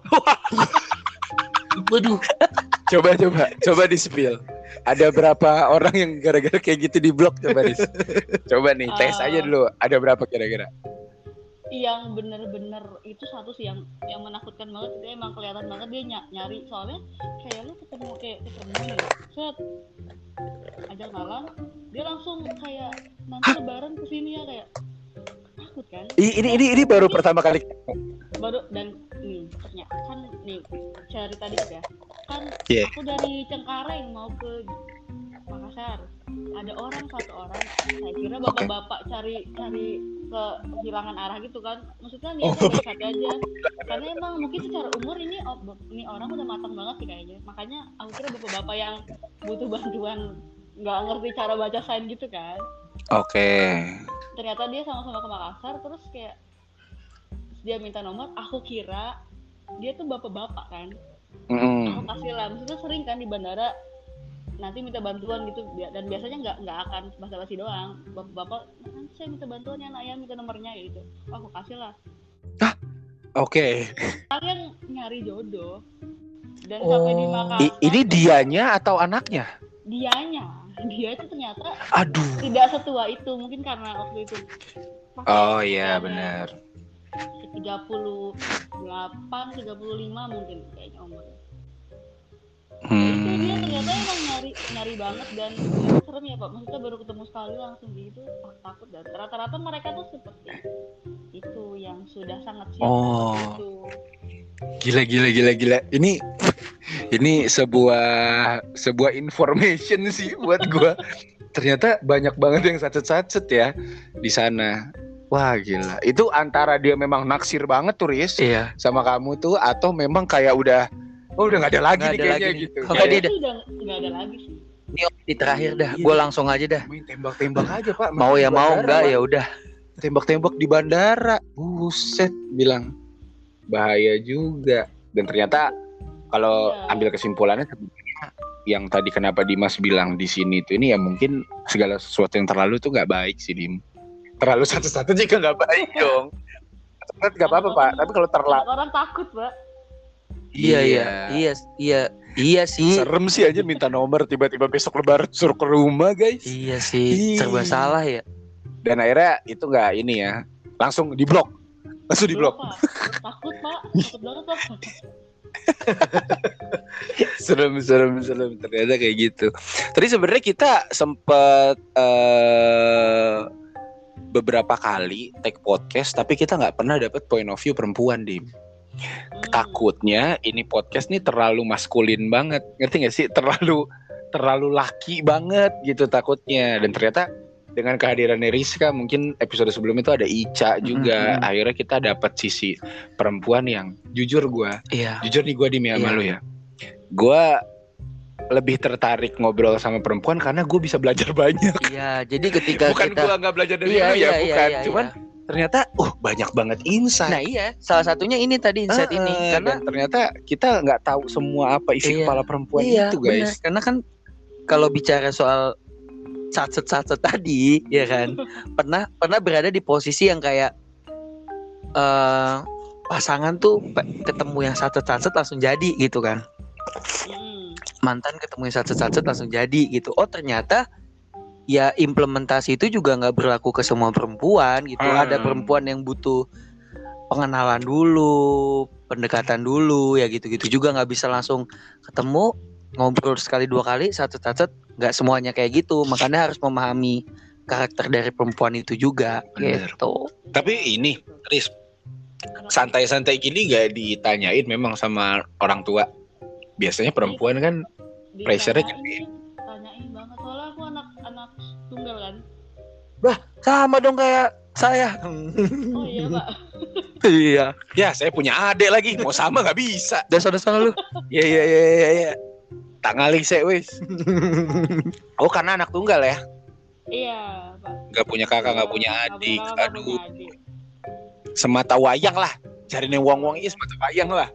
waduh. Coba coba coba di spill. Ada berapa orang yang gara-gara kayak gitu di blok coba Riz? Coba nih tes Ah. aja dulu. Ada berapa kira-kira? Yang bener-bener itu satu sih yang yang menakutkan banget, itu emang kelihatan banget dia ny- nyari, soalnya kayak lu ketemu kayak ketemu nih, set ajak malam dia langsung kayak nanti lebaran kesini ya, kayak takut kan. I- Ini ini ini baru pertama kali. Baru dan nih ternyata kan nih cerita dikit ya kan, Iya. aku dari Cengkareng mau ke Makassar, ada orang satu orang, saya kira bapak-bapak cari cari kehilangan arah gitu kan, maksudnya niatnya baik hati aja, karena emang mungkin secara umur ini oh, ini orang udah matang banget sih kayaknya, makanya aku kira bapak-bapak yang butuh bantuan nggak ngerti cara baca sign gitu kan. Oke. Ternyata dia sama-sama ke Makassar, terus kayak dia minta nomor, aku kira dia tuh bapak-bapak kan, Mm. aku kasih lah, maksudnya sering kan di bandara nanti minta bantuan gitu, dan biasanya nggak nggak akan basa-basi doang, bapak-bapak nanti saya minta bantuan ya nak ya, minta nomornya gitu, oh, aku kasih lah. Oke. Kalian nyari jodoh dan Oh. sampai di Makassar. I- Ini dianya atau anaknya? dianya dia itu ternyata Aduh. tidak setua itu, mungkin karena waktu itu Oh iya benar. tiga puluh delapan tiga puluh lima mungkin kayaknya umurnya. Itu dia Hmm. ternyata emang nyari nyari banget, dan ya, serem ya Pak, maksudnya baru ketemu sekali langsung gitu, tak- takut, dan rata-rata mereka tuh seperti itu yang sudah sangat siap Oh. untuk itu. Gila gila gila gila. Ini ini sebuah sebuah information sih buat gua. Ternyata banyak banget yang sacet-sacet ya di sana. Wah gila. Itu antara dia memang naksir banget tuh Riz Iya. sama kamu tuh, atau memang kayak udah oh udah nggak ada lagi Nggak nih ada kayaknya lagi nih. gitu. Kalau Kayak dia Itu udah nggak ada lagi sih. Ini opsi terakhir dah. Iya. Gue langsung aja dah. main tembak-tembak aja Pak. Mau Main ya di mau bandara, enggak Pak. ya udah. Tembak-tembak di bandara. Buset bilang. Bahaya juga. Dan ternyata kalau Iya. ambil kesimpulannya sebenarnya yang tadi kenapa Dimas bilang di sini tuh ini ya mungkin segala sesuatu yang terlalu tuh nggak baik sih Dim. Terlalu satu-satu juga nggak baik dong. Satu nggak apa-apa Pak, tapi kalau terlalu orang takut, Pak. Iya iya iya iya iya sih. Serem sih aja minta nomor tiba-tiba besok lebaran suruh ke rumah guys. Iya sih, serba salah ya. Dan akhirnya itu nggak ini ya, langsung diblok, langsung diblok. Takut Pak, takut banget Pak. serem serem serem ternyata kayak gitu. Tadi sebenarnya kita sempat uh, beberapa kali take podcast, tapi kita nggak pernah dapat point of view perempuan Dim. Takutnya ini podcast nih terlalu maskulin banget, ngerti gak sih? Terlalu terlalu laki banget gitu takutnya. Dan ternyata dengan kehadirannya Rizka, mungkin episode sebelum itu ada Ica juga. Mm-hmm. Akhirnya kita dapat sisi perempuan yang jujur gue, yeah. jujur nih gue Dim ya sama lu ya. Gue lebih tertarik ngobrol sama perempuan karena gue bisa belajar banyak. Iya, jadi ketika bukan kita... gue nggak belajar dari iya, lu ya, iya, bukan. Iya, iya, Cuman iya. ternyata uh banyak banget insight. Nah iya, salah satunya ini tadi insight uh, ini karena dan ternyata kita nggak tahu semua apa isi iya, kepala perempuan iya, itu guys. Bener. Karena kan kalau bicara soal sacet-sacet tadi ya kan pernah pernah berada di posisi yang kayak uh, pasangan tuh ketemu yang sacet-sacet langsung jadi gitu kan. Mantan ketemu yang sacet-sacet langsung jadi gitu. Oh ternyata ya implementasi itu juga nggak berlaku ke semua perempuan gitu. Hmm. Ada perempuan yang butuh pengenalan dulu, pendekatan dulu, ya gitu-gitu juga nggak bisa langsung ketemu ngobrol sekali dua kali satu-satu. Nggak semuanya kayak gitu. Makanya harus memahami karakter dari perempuan itu juga. Bener. Gitu. Tapi ini, Riz, santai-santai gini nggak ditanyain memang sama orang tua. Biasanya perempuan kan pressure-nya gede. Tanyain banget soalnya aku anak-anak tunggal kan. Bah, sama dong kayak saya. Oh iya Pak. Iya. Ya saya punya adik lagi, mau sama nggak bisa. Dasar-dasar lu. Iya iya iya iya. Ya. Tak ngaling saya wis. Oh karena anak tunggal ya? Iya Pak. Gak punya kakak, gak punya adik. Gak Aduh. punya adik. Semata wayang lah. Cariin wong-wong ini semata wayang lah.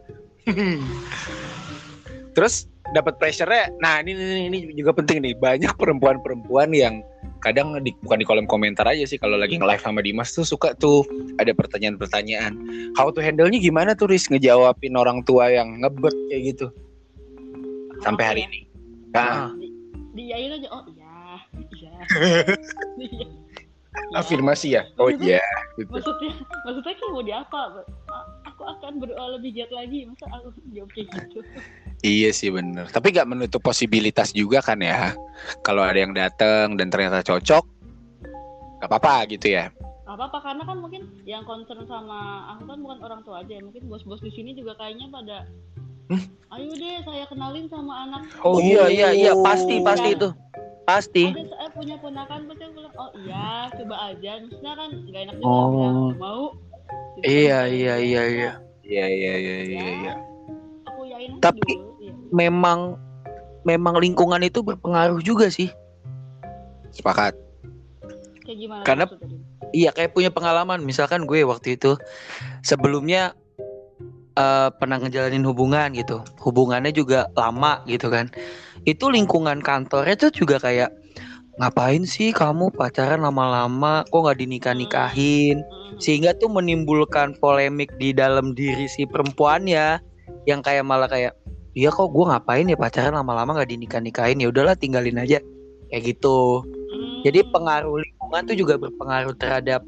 Terus dapat pressure-nya. Nah, ini, ini ini juga penting nih. Banyak perempuan-perempuan yang kadang di, bukan di kolom komentar aja sih kalau lagi nge-live sama Dimas tuh suka tuh ada pertanyaan-pertanyaan. How to handle-nya gimana tuh Riz ngejawabin orang tua yang ngebet kayak gitu? Sampai hari ini. Nah, di, diain aja. Oh iya, iya. iya. Afirmasi ya. Oh iya, gitu. Maksudnya maksudnya kayak mau diapa? Aku akan berdoa lebih giat lagi. Masa aku jawab kayak gitu? Iya sih bener. Tapi gak menutup posibilitas juga kan ya. Kalau ada yang datang dan ternyata cocok, gak apa-apa gitu ya. Gak apa-apa karena kan mungkin yang concern sama aku kan bukan orang tua aja. Mungkin bos-bos di sini juga kayaknya pada hmm? Ayo deh saya kenalin sama anak. Oh iya iya iya pasti pasti itu. Pasti. Ada saya punya ponakan pasti aku bilang oh iya coba aja. Maksudnya kan gak enak juga oh. bilang mau. Gitu, iya iya iya iya. Iya iya iya iya iya. Tapi dulu, ya. memang memang lingkungan itu berpengaruh juga sih. Sepakat. Kayak gimana? Karena iya kayak punya pengalaman. Misalkan gue waktu itu sebelumnya uh, pernah ngejalanin hubungan gitu. Hubungannya juga lama gitu kan. Itu lingkungan kantornya tuh juga kayak ngapain sih kamu pacaran lama-lama kok nggak dinikah-nikahin, sehingga tuh menimbulkan polemik di dalam diri si perempuannya yang kayak malah kayak iya kok gue ngapain ya pacaran lama-lama nggak dinikah-nikahin, ya udahlah tinggalin aja kayak gitu. Jadi pengaruh lingkungan tuh juga berpengaruh terhadap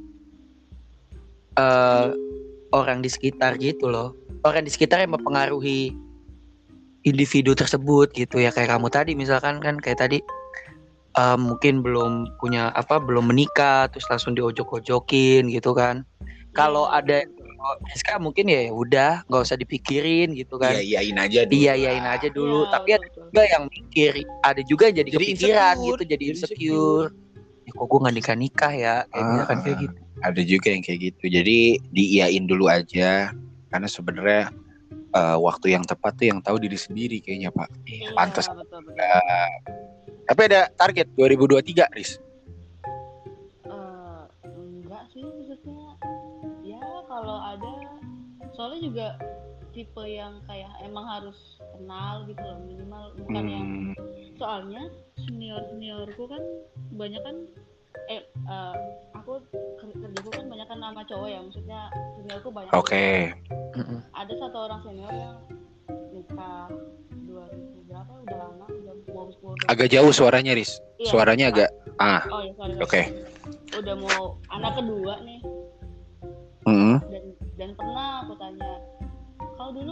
uh, orang di sekitar gitu loh. Orang di sekitar yang mempengaruhi individu tersebut gitu ya, kayak kamu tadi misalkan kan kayak tadi uh, mungkin belum punya apa belum menikah terus langsung diojok-ojokin gitu kan. Kalau ada Rizka mungkin ya udah nggak usah dipikirin gitu kan. Iya iyain aja dulu. Iya iyain aja dulu. Ya, tapi ada juga yang mikir, ada juga yang jadi, jadi kepikiran insecure, gitu, jadi insecure. Ya, kok gue nggak nikah nikah ya, kayak ah, kan kayak gitu. Ada juga yang kayak gitu. Jadi diiyain dulu aja, karena sebenarnya uh, waktu yang tepat tuh yang tahu diri sendiri kayaknya Pak. Iya, Pantas. Betul, betul. Uh, tapi ada target dua ribu dua puluh tiga Riz? Uh, enggak sih maksudnya. Ya kalau ada, soalnya juga tipe yang kayak emang harus kenal gitu loh, minimal bukan hmm. yang soalnya senior seniorku kan banyak kan eh uh, aku kerjaku kan banyak kan nama cowok ya, maksudnya seniorku banyak. Oke. Okay. Ada satu orang senior yang nikah dua ribu berapa, udah lama, udah mau sepuluh. Agak jauh suaranya, Riz. Iya, suaranya ah. agak ah. Oh ya, suaranya. Oke. Okay. Udah mau anak kedua nih. Mm-hmm. Dan dan pernah aku tanya, kalau dulu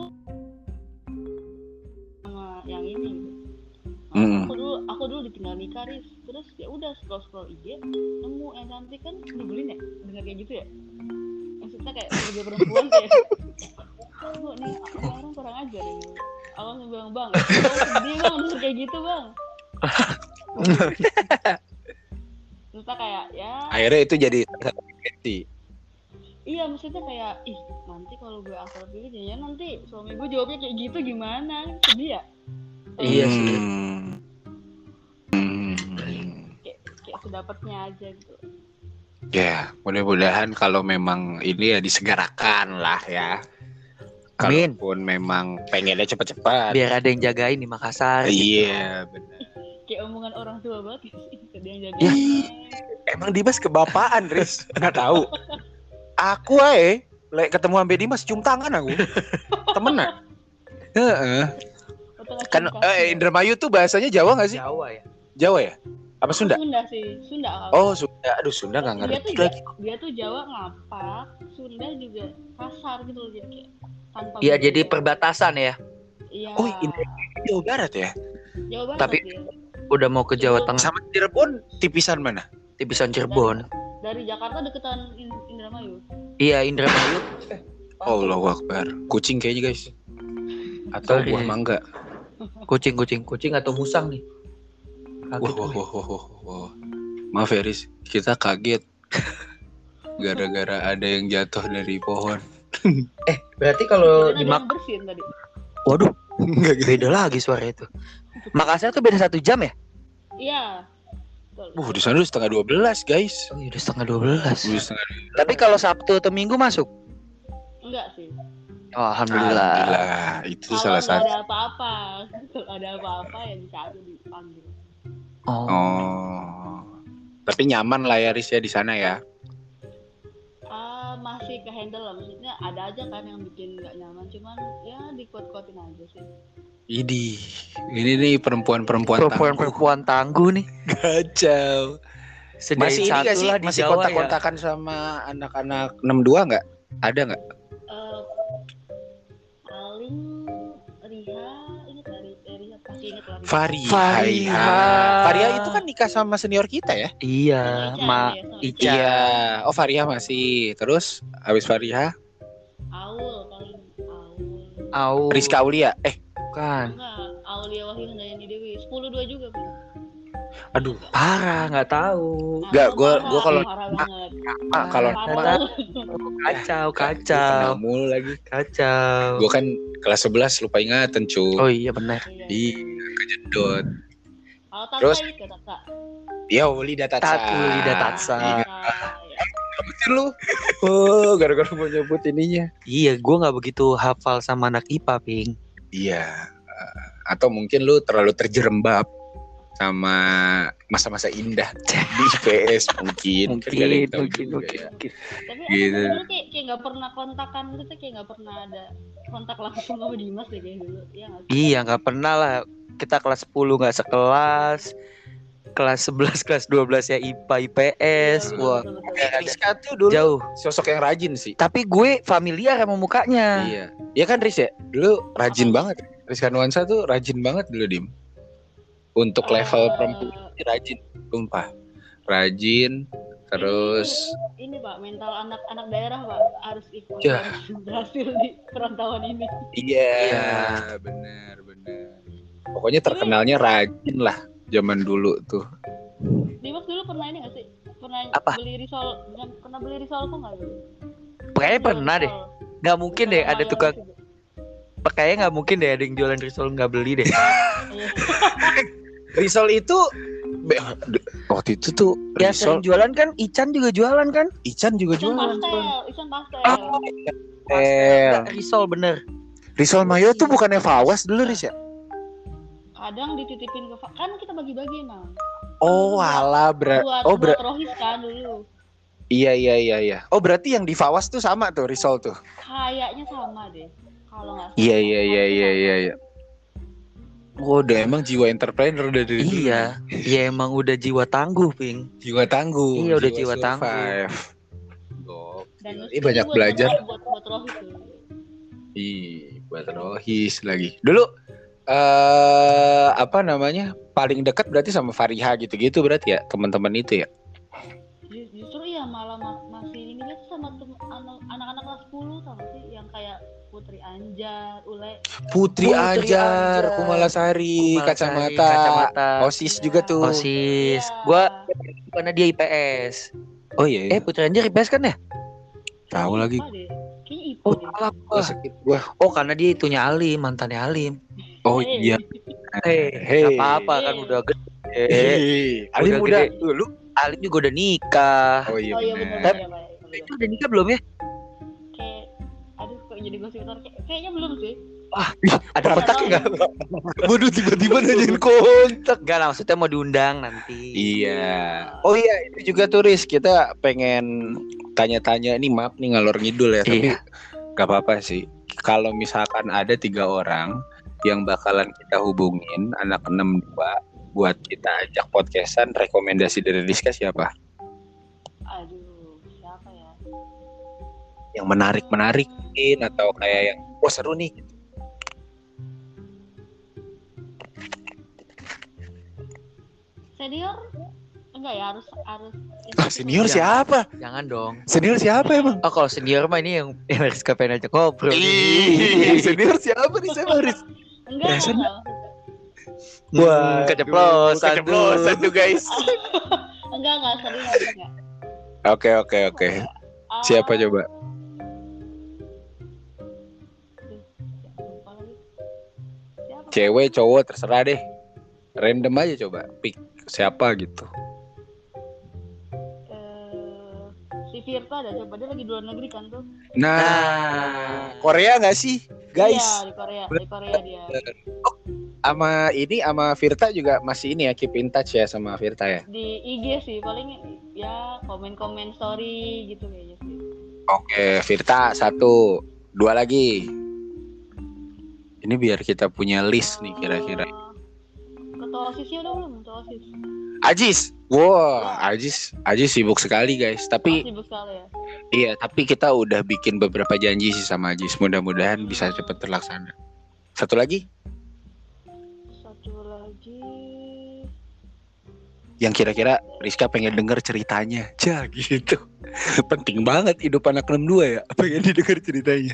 sama yang ini gitu. Nah, mm-hmm. aku dulu aku dulu ditinggal nikah, Riz. Terus ya udah scroll scroll I G, nemu yang cantik kan nyebelin ya, dengar kayak gitu ya. Maksudnya kayak sebagai perempuan kayak bu nih orang kurang ajar ini. Awalnya bilang bang, oh, sedih bang terus kayak gitu bang. Terus kayak ya. Akhirnya itu jadi satu sih. Iya, maksudnya kayak ih nanti kalau gue asal pilih ya nanti suami gue jawabnya kayak gitu gimana, sedih ya. Iya sih. Hmm. Kayak, kayak sedapatnya aja gitu. Ya, mudah-mudahan kalau memang ini ya disegerakan lah ya. Amin. Kalaupun memang pengennya cepat-cepat. Biar ada yang jagain di Makassar. Iya, gitu. Benar. Kayak omongan orang tua banget sih, ada yang jagain. Ya, emang Dimas kebapaan, Riz. Nggak tahu. Aku ae, lek ketemu ambe Dimas cium tangan aku. Temenan. Heeh. Kan eh, Indramayu tuh bahasanya Jawa nggak sih? Jawa ya. Jawa ya? Apa Sunda? Sunda sih, Sunda. Oh, Sunda. Aduh, Sunda nggak dia ngerti tuh lagi. dia tuh Jawa ngapak, Sunda juga kasar gitu loh, jadi kayak tanpa. Iya, jadi perbatasan ya. Iya. Oh, ini Jawa Barat ya? Jawa Barat. Tapi ya. Udah mau ke Jawa Tengah. Sama Cirebon tipisan mana? Tipisan Cirebon. Dari, dari Jakarta deketan Indramayu. Iya, Indramayu. Eh, Allahu Akbar. Kucing kayaknya, guys. Atau buah mangga. Kucing, kucing, kucing atau musang nih. Wah, wah, wah, wah, wah, wah. Maaf ya, Riz. Kita kaget. Gara-gara ada yang jatuh dari pohon. Eh, berarti kalau di Mak- Mak... bersin tadi. Waduh, beda lagi suara itu. Makassar tuh beda satu jam ya? Iya. Uh, di sana udah setengah dua belas, guys. Oh, udah setengah dua belas. Udah setengah dua belas. Tapi kalau Sabtu atau Minggu masuk? Enggak sih. Oh, alhamdulillah. Alhamdulillah. Itu Kalau salah satu. Kalau ada apa-apa, kalau ada apa-apa ya bisa aja dipanggil. Oh. Oh. Tapi nyaman lah ya, Riz ya di sana ya. Ah, masih ke handle lah, maksudnya ada aja kan yang bikin nggak nyaman, cuman ya dikuat-kuatin aja sih. Idi, ini nih perempuan-perempuan tangguh. Perempuan-perempuan tangguh nih. Kacau. Sediain Masih ini satu nggak sih? lah di Masih Jawa kontak-kontakan sama anak-anak enam dua nggak? Ada nggak? Uh, paling Riha ini dari Riha pasti inget lah. Fariha. Fariha. Fariha itu kan nikah sama senior kita ya? Iya, Ica, Ma ya, sama Ica. Iya. Oh, Fariha masih. Terus habis Fariha? Aul paling Aul. Au. Rizka Aulia. Eh, Bukan. Enggak, Aulia Wahyu Handayani Dewi sepuluh dua juga kan. aduh. Parah, nggak tahu. Nggak, gua- parah, gua kalau- parah banget. Ah, kalau Parah. nama Parah. Kacau, kacau, Kena mulu lagi. kacau. Gue kan kelas sebelas lupa ingatan, cu. Oh iya benar. Iya. Iya, kejedot. Kalau Tata Terus? itu Tata. Ya, Wuli Tatsa. Tatu Lidah Tatsa. Iya, Tata, ya. betul lu. Oh, gara-gara mau nyebut ininya. Iya, gue nggak begitu hafal sama anak I P A, Ping. Iya. Uh, Atau mungkin lu terlalu terjerembab sama masa-masa indah di I P S mungkin. Kan nggak ada yang tahu mungkin, juga mungkin, ya. mungkin. Tapi Gitu. aku dulu kayak kayak nggak pernah kontakan, maksudnya kayak nggak pernah ada kontak langsung sama Dimas deh kayak dulu. Iya nggak sih? Iya, nggak pernah lah. Kita kelas sepuluh nggak sekelas. Kelas sebelas, kelas dua belas ya I P A, I P S. Betul, Wah, betul, betul, Eh, betul. Rizka tuh dulu jauh. sosok yang rajin sih. Tapi gue familiar sama mukanya. Iya. Iya kan Riz ya? Dulu rajin Apa? banget. Rizka Nuansa tuh rajin banget dulu, Dim. Untuk level Eh, perempuan sih rajin, sumpah. Rajin, terus ini, ini Pak, mental anak-anak daerah Pak harus ikut Ya. harus berhasil di perantauan ini. iya, Iya. benar, benar. Pokoknya terkenalnya rajin lah zaman dulu tuh. Dimas dulu pernah ini nggak sih? Pernah Apa? beli risol? Bukan, pernah beli risol kok nggak dulu? Kayaknya Jual pernah deh. risol. Nggak mungkin deh Sama ada yang tukang. itu. Kayaknya nggak mungkin deh ada yang jualan risol nggak beli deh. Iya. Risol itu be- waktu itu tuh Ya risol sering jualan kan, Ican juga jualan kan? Ican juga Ikan jualan. pastel, ikan pastel. Oh. Eh, Nggak, risol bener. Risol Mayo tuh bukannya Fawas dulu, Riz ya? kadang dititipin ke fa- kan kita bagi-bagi emang Oh, alah, ber buat oh ber buat rohis kan dulu. iya iya iya iya. Oh, berarti yang di Fawas tuh sama tuh Risol tuh. Kayaknya sama deh kalau nggak salah. Iya iya iya Harusnya iya sama. iya iya. Oh, udah emang jiwa entrepreneur udah dari dulu. Iya, iya emang udah jiwa tangguh, Ping. Jiwa tangguh. Iya, udah jiwa tangguh. survive. Dan Gokil. Ih, mestinya banyak buat belajar. buat buat, buat rohis tuh. Ih, buat rohis lagi. Dulu eh apa namanya? Paling dekat berarti sama Fariha gitu-gitu berarti ya, teman-teman itu ya. Ju- Justru ya malah ma- masih ini dia tuh sama tem- anu- anak-anak kelas sepuluh tau gak sih yang kayak Putri Anjar, Ule. Putri, Putri Anjar, Anjar, Kumalasari, Kumalasari, kacamata, kacamata. OSIS Iya. juga tuh. OSIS. Iya. Gua karena dia I P S. Oh iya. Eh, Putri Anjar I P S kan ya? Tahu lagi. I P A deh. Kayaknya I P A Oh, deh. salah Gua gua. skip gua. Oh, karena dia itunya Alim, mantannya Alim. Oh Hey. iya. Eh, Hey. nggak apa-apa kan Hey. udah gede. Eh, Alim Udah udah gede. dulu. Alim juga udah nikah. Oh iya Oh iya benar. benar ya, Pak. Itu udah nikah belum ya? Kayak aduh kok jadi gosip Twitter kayak kayaknya belum sih. Ada kontak nggak? Waduh, tiba-tiba nanyain kontak. Enggak lah, maksudnya mau diundang nanti. Iya. Oh iya, itu juga turis. Kita pengen tanya-tanya nih, maaf nih ngalor ngidul ya, tapi Iya. gak apa-apa sih. Kalau misalkan ada tiga orang yang bakalan kita hubungin, anak enam dua, buat kita ajak podcastan, rekomendasi dari Rizka siapa? Aduh, siapa ya? Yang menarik-menarik mungkin, atau kayak yang, wah seru nih. Senior? Enggak ya, harus harus Ah, senior Iya. siapa? Jangan dong. Senior siapa emang? Oh, kalau senior mah ini yang yang Rizka pengen ajak ngobrol. Ih, senior siapa nih saya Maris? Enggak, Perasaan- enggak, Hmm, Wah, keceplosan keceplosan tuh guys. enggak, enggak, serius enggak. Oke oke oke. Ah, Siapa coba? aduh, lupa lagi. Siapa? Cewek, cowok, terserah deh. Random aja coba. Pick siapa gitu. Eh, si Firta ada coba dia lagi di luar negeri kan tuh. Nah, Korea nggak sih, guys? Iya, di Korea, di Korea dia. Sama ini, sama Firta juga masih ini ya, keep in touch ya sama Firta ya. Di I G sih paling ya komen-komen story gitu kayaknya sih. Oke, Firta satu, dua lagi. Ini biar kita punya list nih kira-kira. Eh, Ketua OSISnya udah belum? Ketua OSIS. Ajis, wow, Ajis, Ajis sibuk sekali guys. Tapi Oh, sibuk sekali ya. iya, tapi kita udah bikin beberapa janji sih sama Ajis. Mudah-mudahan bisa cepat terlaksana. Satu lagi, Satu lagi. yang kira-kira Rizka pengen denger ceritanya. Cah gitu. Penting banget hidup anak enam dua ya. Pengen didengar ceritanya.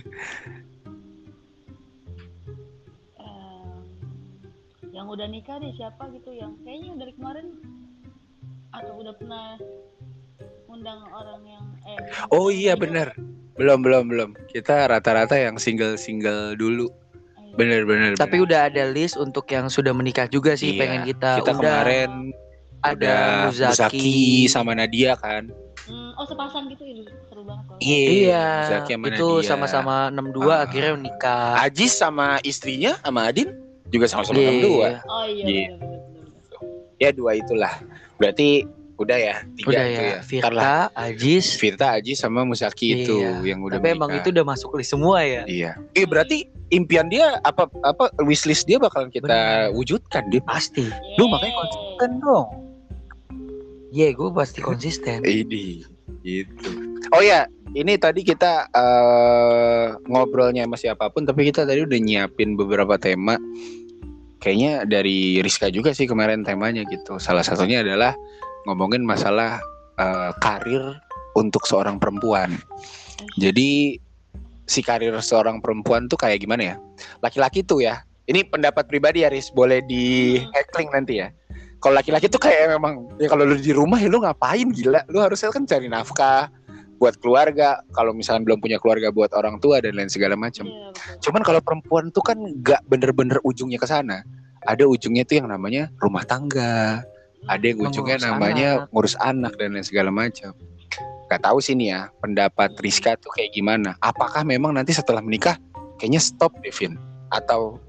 em, yang udah nikah deh siapa gitu yang kayaknya dari kemarin atau udah pernah undang orang yang eh Oh yang iya hidup. benar. Belum belum belum. Kita rata-rata yang single-single dulu. Ayo. Bener bener. Tapi bener. udah ada list untuk yang sudah menikah juga sih, Iya, pengen kita, Kita undang. kemarin ada udah Muzaki. Muzaki sama Nadia kan. Hmm, oh sepasang gitu itu seru banget soalnya. Iya, Muzaki sama itu Nadia. sama-sama enam dua Ah. akhirnya menikah. Ajis sama istrinya sama Adin juga sama-sama Iya. enam dua. Oh iya Iya. benar benar benar. Ya dua itulah. Berarti udah ya tiga Udah itu ya, ya. Ntar lah. Firta, Ajis. Firta, Ajis sama Musaki itu Iya. yang udah Tapi emang menikah. itu udah masuk list semua ya. Iya. Eh berarti impian dia apa apa wishlist dia bakalan kita Bener. wujudkan dia. Pasti. Lu makanya konsisten dong. Iya, gue pasti konsisten. Ini gitu. Oh ya, ini tadi kita eh, ngobrolnya sama siapapun, tapi kita tadi udah nyiapin beberapa tema. Kayaknya dari Rizka juga sih kemarin temanya gitu. Salah satunya adalah ngomongin masalah eh, karir untuk seorang perempuan. Jadi si karir seorang perempuan tuh kayak gimana ya? Laki-laki tuh ya. Ini pendapat pribadi ya, Riz. Boleh di hacking nanti ya. Kalau laki-laki tuh kayak memang ya kalau lu di rumah ya lu ngapain gila? Lu harusnya kan cari nafkah buat keluarga. Kalau misalnya belum punya keluarga buat orang tua dan lain segala macam. Iya betul. Cuman kalau perempuan tuh kan nggak bener-bener ujungnya ke sana. Ada ujungnya tuh yang namanya rumah tangga. Ada yang ujungnya Mengurus namanya anak. ngurus anak dan lain segala macam. Gak tahu sih nih ya pendapat Rizka tuh kayak gimana. Apakah memang nanti setelah menikah kayaknya stop Devin? Atau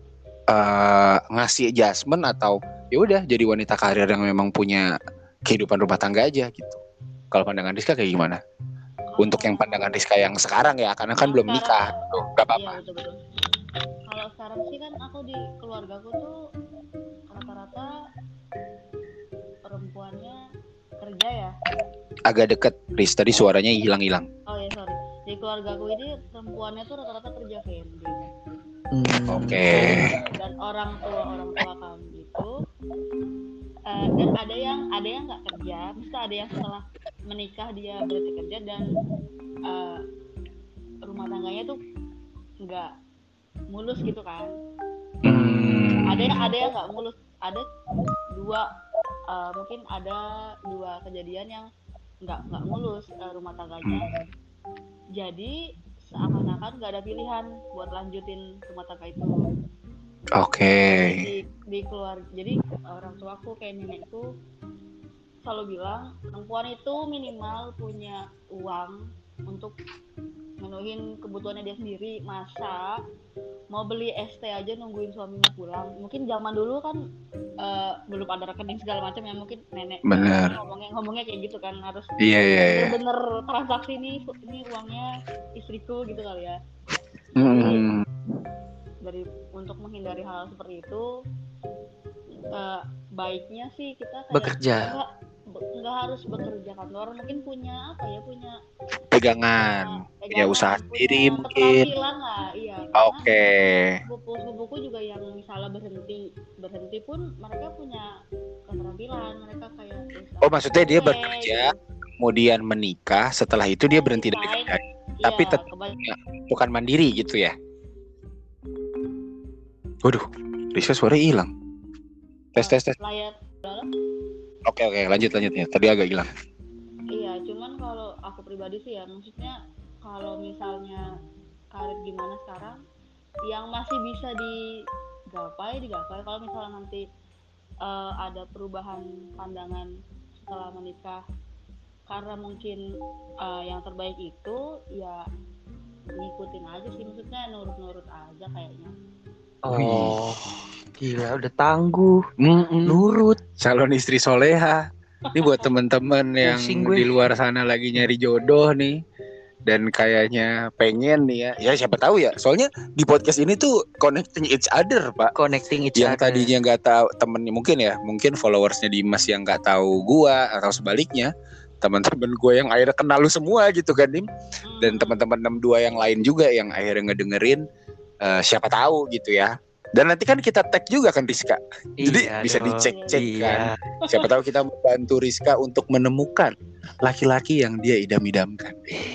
uh, ngasih adjustment atau ya udah jadi wanita karir yang memang punya kehidupan rumah tangga aja gitu. Kalau pandangan Rizka kayak gimana? Untuk yang pandangan Rizka yang sekarang ya, karena kan belum nikah, tuh gak apa-apa. Iya betul-betul. Kalau sekarang sih kan aku di keluargaku tuh rata-rata perempuannya kerja ya. Agak deket, Riz, tadi suaranya hilang-hilang. Oh ya sorry. Di keluargaku ini perempuannya tuh rata-rata kerja camping. Hmm. Oke. Okay. Dan orang tua orang tua kami itu uh, dan ada yang ada yang nggak kerja, bisa ada yang setelah menikah dia berhenti kerja dan uh, rumah tangganya tuh nggak mulus gitu kan. Hmm. Ada yang ada yang nggak mulus, ada dua uh, mungkin ada dua kejadian yang nggak nggak mulus uh, rumah tangganya. Hmm. Jadi seakan-akan nggak ada pilihan buat lanjutin rumah tangga itu. Oke. Okay. Di, di keluarga, jadi orang tuaku kayak nenekku selalu bilang perempuan itu minimal punya uang untuk menuhin kebutuhannya dia sendiri. Masa mau beli es teh aja nungguin suaminya pulang. Mungkin zaman dulu kan uh, belum ada rekening segala macam ya, mungkin nenek ngomongnya ngomongnya kayak gitu kan, harus iya, iya, iya. bener-bener transaksi ini ini uangnya istriku gitu kali ya. Mm. Jadi, dari untuk menghindari hal seperti itu uh, baiknya sih kita kayak bekerja. Enggak, enggak harus bekerja kantor, mungkin punya apa ya, punya pegangan, pegangan ya usaha sendiri mungkin. Keterampilan lah, iya. Oke. Okay. Sepupu-sepupuku juga yang misalnya berhenti berhenti pun mereka punya keterampilan, mereka kayak oh maksudnya dia okay, bekerja gitu. Kemudian menikah, setelah itu dia berhenti dari kerja, iya, tapi tetap bukan mandiri gitu ya. Waduh, Rizka suara hilang. Tes tes tes. Layar dalam. Oke oke, lanjut lanjutnya. Tadi agak hilang. Iya, cuman kalau aku pribadi sih ya, maksudnya kalau misalnya karir gimana sekarang, yang masih bisa digapai digapai. Kalau misalnya nanti uh, ada perubahan pandangan setelah menikah, karena mungkin uh, yang terbaik itu ya ngikutin aja sih, maksudnya nurut-nurut aja kayaknya. Oh, gila udah tangguh, Mm-mm. nurut. Calon istri soleha. Ini buat teman-teman yang di luar sana lagi nyari jodoh nih, dan kayaknya pengen nih ya, ya siapa tahu ya. Soalnya di podcast ini tuh connecting each other, Pak. Connecting each yang other. Yang tadinya nggak tahu temennya mungkin ya, mungkin followersnya Dimas yang nggak tahu gua, atau sebaliknya teman-teman gue yang akhirnya kenal lu semua gitu kan, Dim. Dan teman-teman enam dua yang lain juga yang akhirnya ngedengerin. Uh, siapa tahu gitu ya. Dan nanti kan kita tag juga kan Rizka. Iya, jadi bisa dong. dicek-cek Iya. kan. Siapa tahu kita membantu Rizka untuk menemukan laki-laki yang dia idam-idamkan.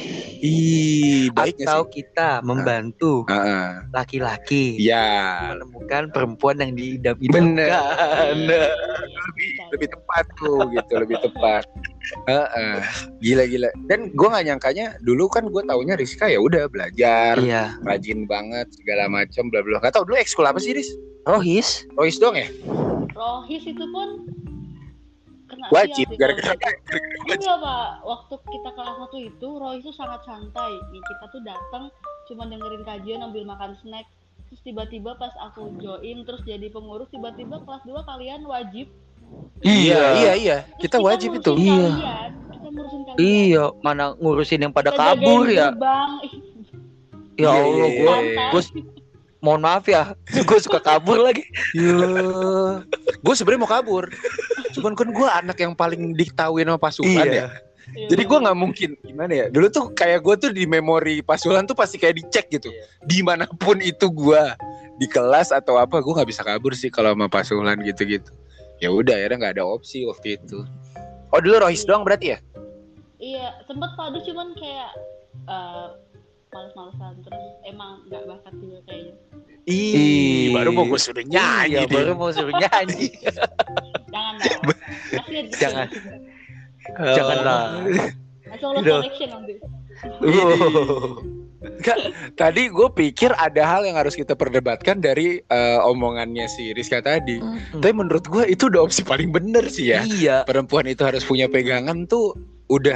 Ih, baik atau kita membantu uh-uh. laki-laki ya menemukan perempuan yang diidam-idamkan. Bener. lebih lebih tepat tuh gitu, lebih tepat. Uh-uh. Gila-gila. Dan gue nggak nyangkanya dulu kan gue taunya Rizka ya udah belajar, iya. rajin banget segala macam bla bla. Gak tau dulu ekskul apa sih Riz? Rohis. Rohis doang ya? Rohis itu pun kena wajib gara-gara enggak Pak, waktu kita kelas satu itu Rohis itu sangat santai nih, kita tuh datang cuma dengerin kajian, ambil makan snack, terus tiba-tiba pas aku join terus jadi pengurus, tiba-tiba kelas dua kalian wajib. Iya iya iya, kita, kita wajib itu. Iya. Kalian, kita ngurusin kalian. Iya, mana ngurusin yang pada kita kabur ya. Bang. Ya Allah, gue gue mohon maaf ya, gue suka kabur lagi. Ya, gue sebenarnya mau kabur, cuman kan gue anak yang paling diketahui sama pasukan iya. ya. Jadi gue nggak mungkin gimana ya. Dulu tuh kayak gue tuh di memori pasukan tuh pasti kayak dicek gitu. Dimanapun itu gue di kelas atau apa, gue nggak bisa kabur sih kalau sama pasukan gitu-gitu. Ya udah ya, nggak ada opsi waktu itu. Oh dulu Rohis doang berarti ya? Iya, sempet Pak, cuman kayak uh, males-malesan, terus emang nggak bakat juga kayaknya. Ih, baru mau gue suruh nyanyi. Iya, baru mau suruh nyanyi. Jangan dong. Kasian gitu. Jangan. Uh, Janganlah. Langsung lo collection nanti. Uh. Enggak, tadi gue pikir ada hal yang harus kita perdebatkan dari uh, omongannya si Rizka tadi. Mm-hmm. Tapi menurut gue itu udah opsi paling bener sih ya. Iya. Perempuan itu harus punya pegangan tuh udah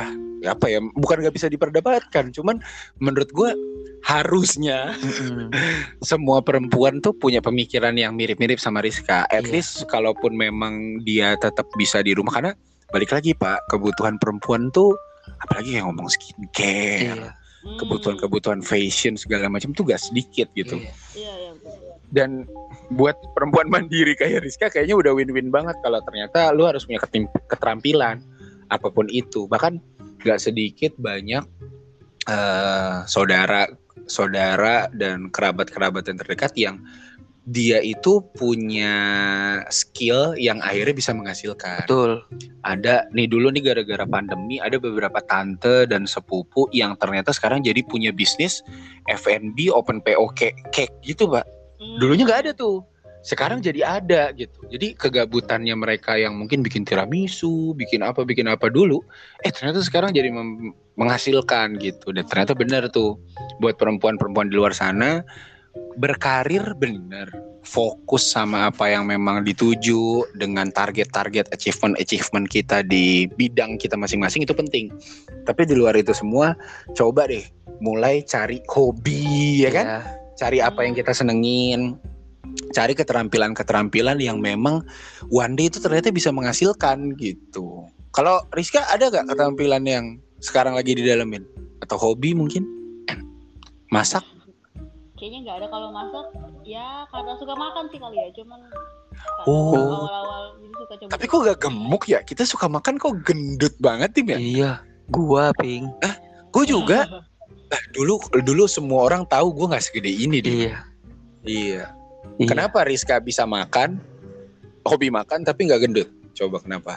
apa ya, bukan nggak bisa diperdebatkan, cuman menurut gue harusnya Mm-mm. semua perempuan tuh punya pemikiran yang mirip-mirip sama Rizka. At Iya. least kalaupun memang dia tetap bisa di rumah, karena balik lagi Pak, kebutuhan perempuan tuh apalagi yang ngomong skincare, Iya. Hmm. kebutuhan-kebutuhan fashion segala macam tuh gak sedikit gitu. Iya. Iya, iya. betul. Dan buat perempuan mandiri kayak Rizka kayaknya udah win-win banget kalau ternyata lu harus punya ketim- keterampilan apapun itu. Bahkan gak sedikit banyak uh, saudara saudara dan kerabat-kerabat yang terdekat yang dia itu punya skill yang akhirnya bisa menghasilkan. Betul. Ada nih dulu nih gara-gara pandemi ada beberapa tante dan sepupu yang ternyata sekarang jadi punya bisnis F and B open P O cake, cake gitu Pak. Hmm. Dulunya nggak ada tuh, sekarang jadi ada gitu. Jadi kegabutannya mereka yang mungkin bikin tiramisu, bikin apa bikin apa dulu, eh ternyata sekarang jadi mem- menghasilkan gitu. Dan ternyata benar tuh buat perempuan-perempuan di luar sana berkarir bener, fokus sama apa yang memang dituju dengan target-target achievement-achievement kita di bidang kita masing-masing itu penting. Tapi di luar itu semua coba deh mulai cari hobi ya kan? Iya. Cari apa yang kita senengin, cari keterampilan-keterampilan yang memang one day itu ternyata bisa menghasilkan gitu. Kalau Rizka ada gak keterampilan yang sekarang lagi didalamin? Atau hobi mungkin? Masak? Kayaknya nggak ada. Kalau masak ya karena suka makan sih kali ya, cuman Oh. awal-awal jadi suka coba. Tapi kok gak gemuk ya? Kita suka makan kok gendut banget Tim ya? Iya. Gua Ping. Gue juga. Nah, dulu dulu semua orang tahu gue nggak segede ini deh. Iya. Iya. Iya. Kenapa Rizka bisa makan, hobi makan tapi nggak gendut? Coba kenapa?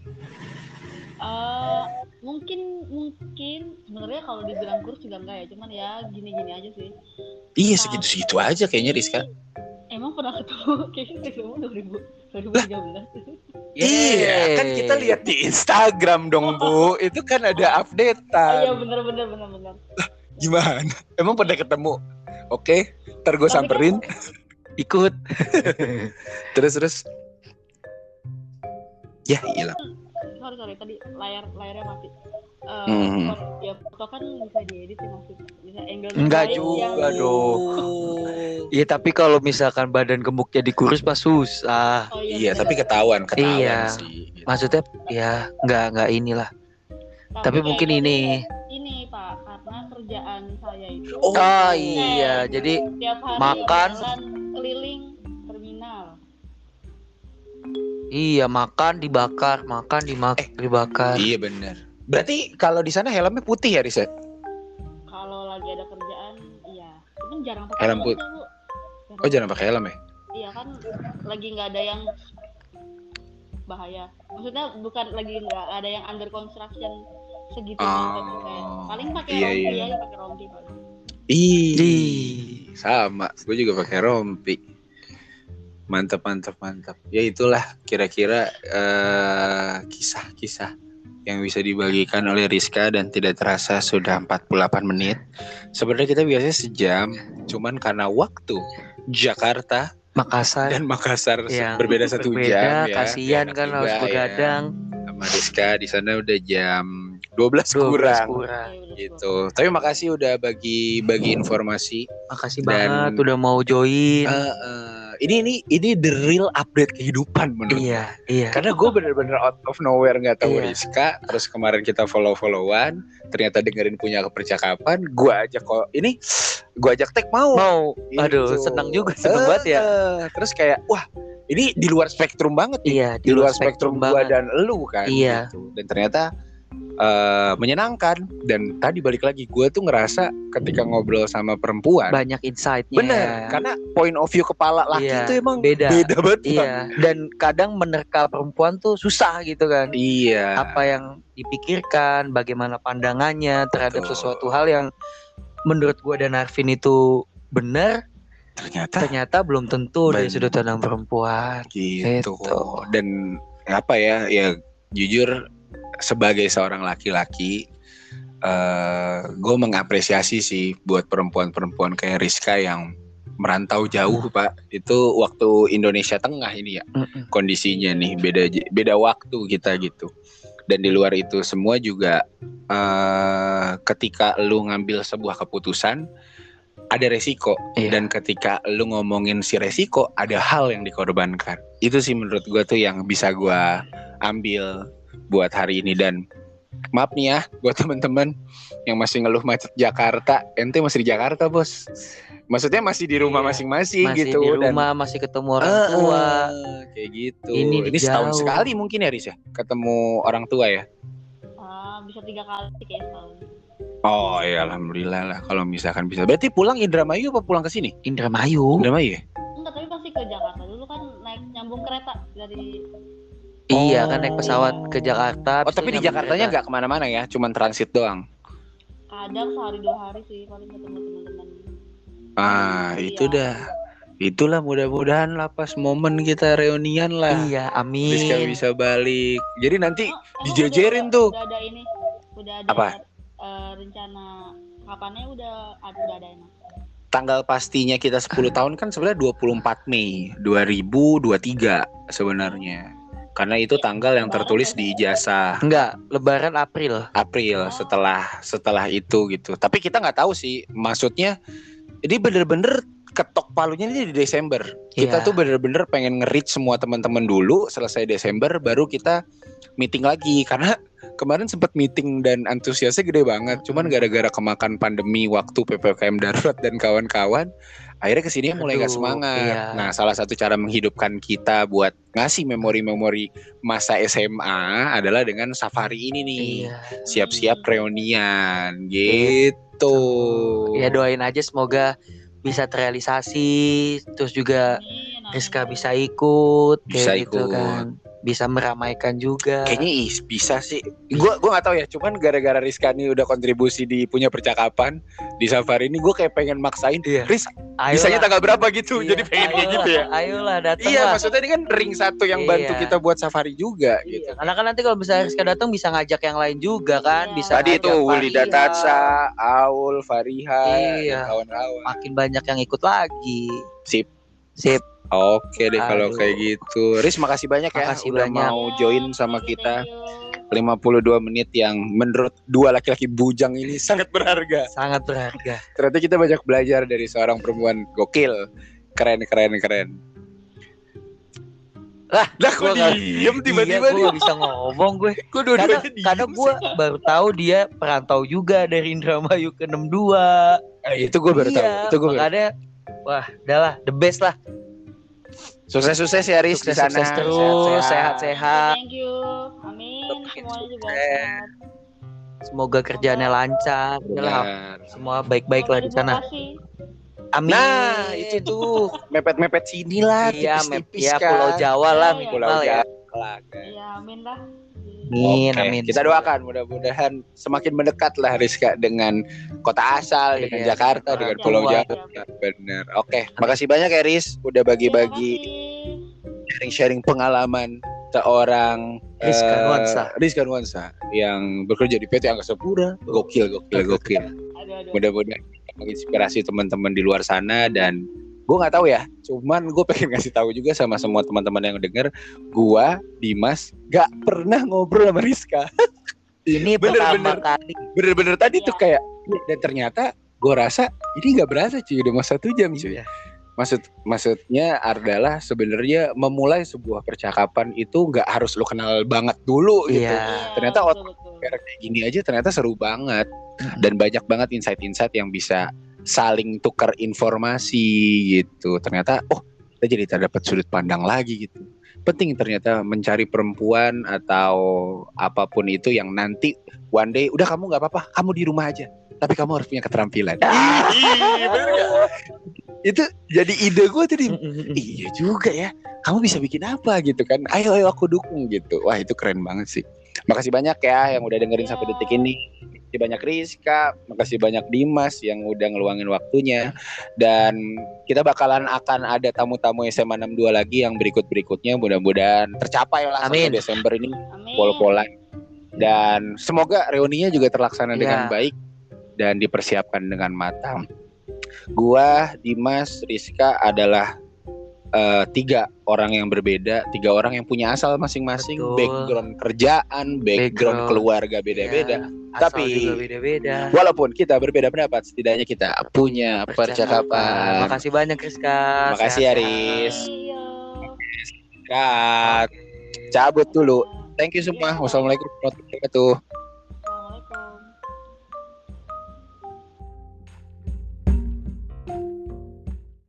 Eh, mungkin mungkin sebenarnya kalau dibilang kurus juga enggak ya, cuman ya gini-gini aja sih. Iya segitu-segitu aja kayaknya Rizka. Emang pernah ketemu kayaknya ketemu dua ribu tiga belas. Iya, kan kita lihat di Instagram dong Bu. Itu kan ada Oh iya updatean. bener bener bener bener. Gimana? Emang pada ketemu? Oke, ntar gue Tapi kan- samperin. Ikut. Terus terus. Ya hilang. Sorry sorry tadi layar layarnya mati. Eh, Hmm. foto- ya foto kan bisa diedit ya maksudnya. Bisa angle Enggak terbaik juga yang- dong. Iya tapi kalau misalkan badan gemuknya dikurus pas susah. Oh, Iya, bener. tapi ketahuan, ketahuan Iya. sih. Gitu. Maksudnya ya nggak nggak inilah. Tapi mungkin kayaknya ini. ini Pak, karena kerjaan saya itu Oh. Oh iya, jadi tiap hari makan. jalan keliling terminal. iya makan dibakar, makan dimak Eh. dibakar. Iya benar. Berarti kalau di sana helmnya putih ya Risa? Kalau lagi ada kerjaan, iya. Cuman jarang pakai Helm helm put- sih, Bu. Oh jangan pakai helm ya? Iya kan, lagi nggak ada yang bahaya. Maksudnya bukan lagi nggak ada yang under construction segitu Oh, pakai. Paling pakai iya, rompi iya. aja, pakai rompi paling. Ih, Ih. sama. Gue juga pakai rompi. Mantap, mantap, mantap. Ya itulah kira-kira eh, kisah-kisah yang bisa dibagikan oleh Rizka dan tidak terasa sudah empat puluh delapan menit. Sebenarnya kita biasanya sejam, cuman karena waktu Jakarta Makassar dan Makassar yang berbeda satu berbeda, jam ya. kasihan Enak kan juga harus ya. begadang. Sama Rizka di sana udah jam dua belas dua belas kurang. kurang. Iya, bener, Bu. Gitu. Tapi makasih udah bagi bagi informasi. Makasih Dan- banget udah mau join. Eh, eh, ini ini ini the real update kehidupan menurut gue. Iya, iya. Karena gue bener-bener out of nowhere nggak tahu Iya. Rizka. Terus kemarin kita follow-followan, ternyata dengerin punya percakapan. Gue ajak kok ini, gue ajak tag mau. Mau. Gitu. Aduh, senang juga, senang Eh, banget ya. Terus kayak wah ini di luar spektrum banget nih. Iya, Di luar spektrum gue banget. dan elu kan. Iya. Gitu. Dan ternyata eh, menyenangkan. Dan tadi balik lagi gue tuh ngerasa ketika ngobrol sama perempuan. Banyak insight-nya. Bener, karena point of view kepala laki Iya, itu emang beda. beda banget. Bang. Iya, dan kadang menerka perempuan tuh susah gitu kan. Iya. Apa yang dipikirkan, bagaimana pandangannya terhadap Betul. sesuatu hal yang menurut gua dan Arvin itu benar, Ternyata ternyata belum tentu dari Ben- sudut pandang perempuan. gitu. Gitu. Dan apa ya? Ya jujur sebagai seorang laki-laki, eh gue mengapresiasi sih buat perempuan-perempuan kayak Rizka yang merantau jauh, Pak. Itu waktu Indonesia Tengah ini ya Mm-mm. kondisinya nih beda beda waktu kita gitu. Dan di luar itu semua juga uh, ketika lu ngambil sebuah keputusan ada resiko. Iya. Dan ketika lu ngomongin si resiko ada hal yang dikorbankan. Itu sih menurut gue tuh yang bisa gue ambil buat hari ini. Dan maaf nih ya buat teman-teman yang masih ngeluh macet Jakarta. Ente masih di Jakarta bos. Maksudnya masih di rumah Iya, masing-masing masih gitu. di rumah, dan masih ketemu orang uh, tua. Kayak gitu. Ini Ini setahun jauh. sekali mungkin ya Riz ya ketemu orang tua ya. Ah, bisa tiga kali kayak setahun. Oh ya alhamdulillah lah kalau misalkan bisa. Berarti pulang Indramayu apa pulang ke sini? Indramayu. Indramayu ya? Enggak, tapi pasti ke Jakarta dulu kan naik nyambung kereta dari. Iya Oh. kan naik pesawat ke Jakarta. Oh tapi di Jakartanya nggak kemana-mana ya, cuman transit doang. Kadang sehari dua hari sih paling ketemu teman-teman. Ah Iya. itu dah. Itulah mudah-mudahan lah pas momen kita reunian lah. Iya, Rizka amin. bisa balik. Jadi nanti Oh, emang dijejerin udah, tuh. Udah ada ini, udah ada Apa? eh, rencana kapannya udah ada udah ada emang. Tanggal pastinya kita sepuluh tahun kan sebenarnya dua puluh empat Mei dua ribu dua puluh tiga sebenarnya. Karena itu tanggal yang tertulis di ijazah. Enggak, lebaran April. April setelah setelah itu gitu. Tapi kita nggak tahu sih, maksudnya jadi bener-bener ketok palunya ini di Desember. Kita Iya. tuh bener-bener pengen nge-reach semua teman-teman dulu, selesai Desember baru kita meeting lagi. Karena kemarin sempat meeting dan antusiasnya gede banget. Cuman gara-gara kemakan pandemi, waktu P P K M darurat dan kawan-kawan, akhirnya kesini mulai nggak Aduh, semangat. iya. Nah, salah satu cara menghidupkan kita buat ngasih memori-memori masa S M A adalah dengan safari ini nih. Iya. Siap-siap reunian gitu. Ya doain aja semoga bisa terrealisasi, terus juga Amin, amin. Rizka bisa ikut, kayak Bisa gitu ikut. kan, bisa meramaikan juga. Kayaknya is, bisa sih. Gua gua nggak tahu ya. Cuman gara-gara Rizka nih udah kontribusi di punya percakapan di safari ini, gue kayak pengen maksain. Iya. Riz, Ayolah. bisanya tanggal berapa gitu? Iya, Jadi pengen kayak ayolah, gitu ya. Ayolah datang Iya, lah. maksudnya ini kan ring satu yang bantu Iya. kita buat safari juga gitu. Iya, karena kan nanti kalau bisa Rizka datang bisa ngajak yang lain juga kan, Iya. bisa Tadi ngajak itu Wulida Fariha. Tatsa, Aul, Fariha, Iya. dan kawan-kawan. Makin banyak yang ikut lagi. Sip. Sip. Oke deh kalau Aduh. kayak gitu. Riz, makasih banyak ya Makasih udah banyak. mau Iya, join sama thank you, kita. thank you. lima puluh dua menit yang menurut dua laki-laki bujang ini sangat berharga. Sangat berharga. Ternyata kita banyak belajar dari seorang perempuan gokil. Keren, keren, keren. Lah, Lah kok gua nggak- diem tiba-tiba iya, nih? gue gak bisa ngomong gue. Kok Karena, dua-duanya diem karena gue baru tahu dia perantau juga dari Indramayu ke enam puluh dua. Eh, itu gue baru tahu. Iya, Itu gue baru. makanya, wah, udahlah, the best lah. Sukses-sukses ya Riz di Sukses, sana. sukses terus, sehat-sehat. Thank you. Amin. Makin Semuanya juga sukses. sehat. Semoga kerjaannya lancar. Udahlah, Benar. semua baik-baik lah di sana. Lokasi. Amin. Nah, itu tuh mepet-mepet sini lah, Iya, map, tipis-tipis ya kan. Pulau Jawa lah Iya, iya. Pulau minimal ya. Jawa lah kan. Iya, amin lah. Amin, Oke, amin. kita doakan mudah-mudahan semakin mendekat lah Rizka dengan kota asal, dengan Iya, Jakarta, dengan dengan orang Pulau tua. Jawa. Bener. Oke, makasih banyak ya Riz, udah bagi-bagi sharing-sharing pengalaman seorang Rizka eh, Nuansa. Rizka Nuansa yang bekerja di P T Angkasa Pura. Gokil, gokil, gokil. Aduh, aduh. Mudah-mudahan bisa menginspirasi teman-teman di luar sana. Dan gue nggak tahu ya, cuman gue pengen ngasih tahu juga sama semua teman-teman yang denger, gue Dimas gak pernah ngobrol sama Rizka. Ini Bener, pertama bener. kali. Bener-bener tadi Iya. tuh kayak, dan ternyata gue rasa ini nggak berasa cuy, udah mau satu jam cuy. Iya. Maksud maksudnya adalah sebenarnya memulai sebuah percakapan itu nggak harus lo kenal banget dulu gitu. Iya. Ternyata betul, betul. Kayak gini aja ternyata seru banget dan banyak banget insight-insight yang bisa saling tukar informasi gitu. Ternyata oh kita jadi terdapat sudut pandang lagi gitu. Penting ternyata mencari perempuan atau apapun itu yang nanti one day udah kamu nggak apa-apa, kamu di rumah aja. Tapi kamu harus punya keterampilan. Ih, bener gak? Itu jadi ide gue tadi. Iya juga ya. Kamu bisa bikin apa gitu kan? Ayo ayo aku dukung gitu. Wah itu keren banget sih. Makasih banyak ya yang udah dengerin Iya. sampai detik ini. Makasih banyak Rizka, makasih banyak Dimas yang udah ngeluangin waktunya. Dan kita bakalan akan ada tamu-tamu S M A enam puluh dua lagi yang berikut-berikutnya. Mudah-mudahan tercapai lah sampai Amin. Desember ini Amin. pol-polan. Dan semoga reuninya juga terlaksana Iya. dengan baik dan dipersiapkan dengan matang. Gua, Dimas, Rizka adalah uh, tiga orang yang berbeda, tiga orang yang punya asal masing-masing, Betul. background kerjaan, background, Background. keluarga beda-beda. Ya, asal Tapi juga beda-beda. walaupun kita berbeda pendapat, setidaknya kita punya percakapan. Makasih banyak Rizka. Makasih, Sehat-sehat. Aris. Iya. Kat, cabut dulu. Thank you semua. Iya. Wassalamualaikum warahmatullahi wabarakatuh.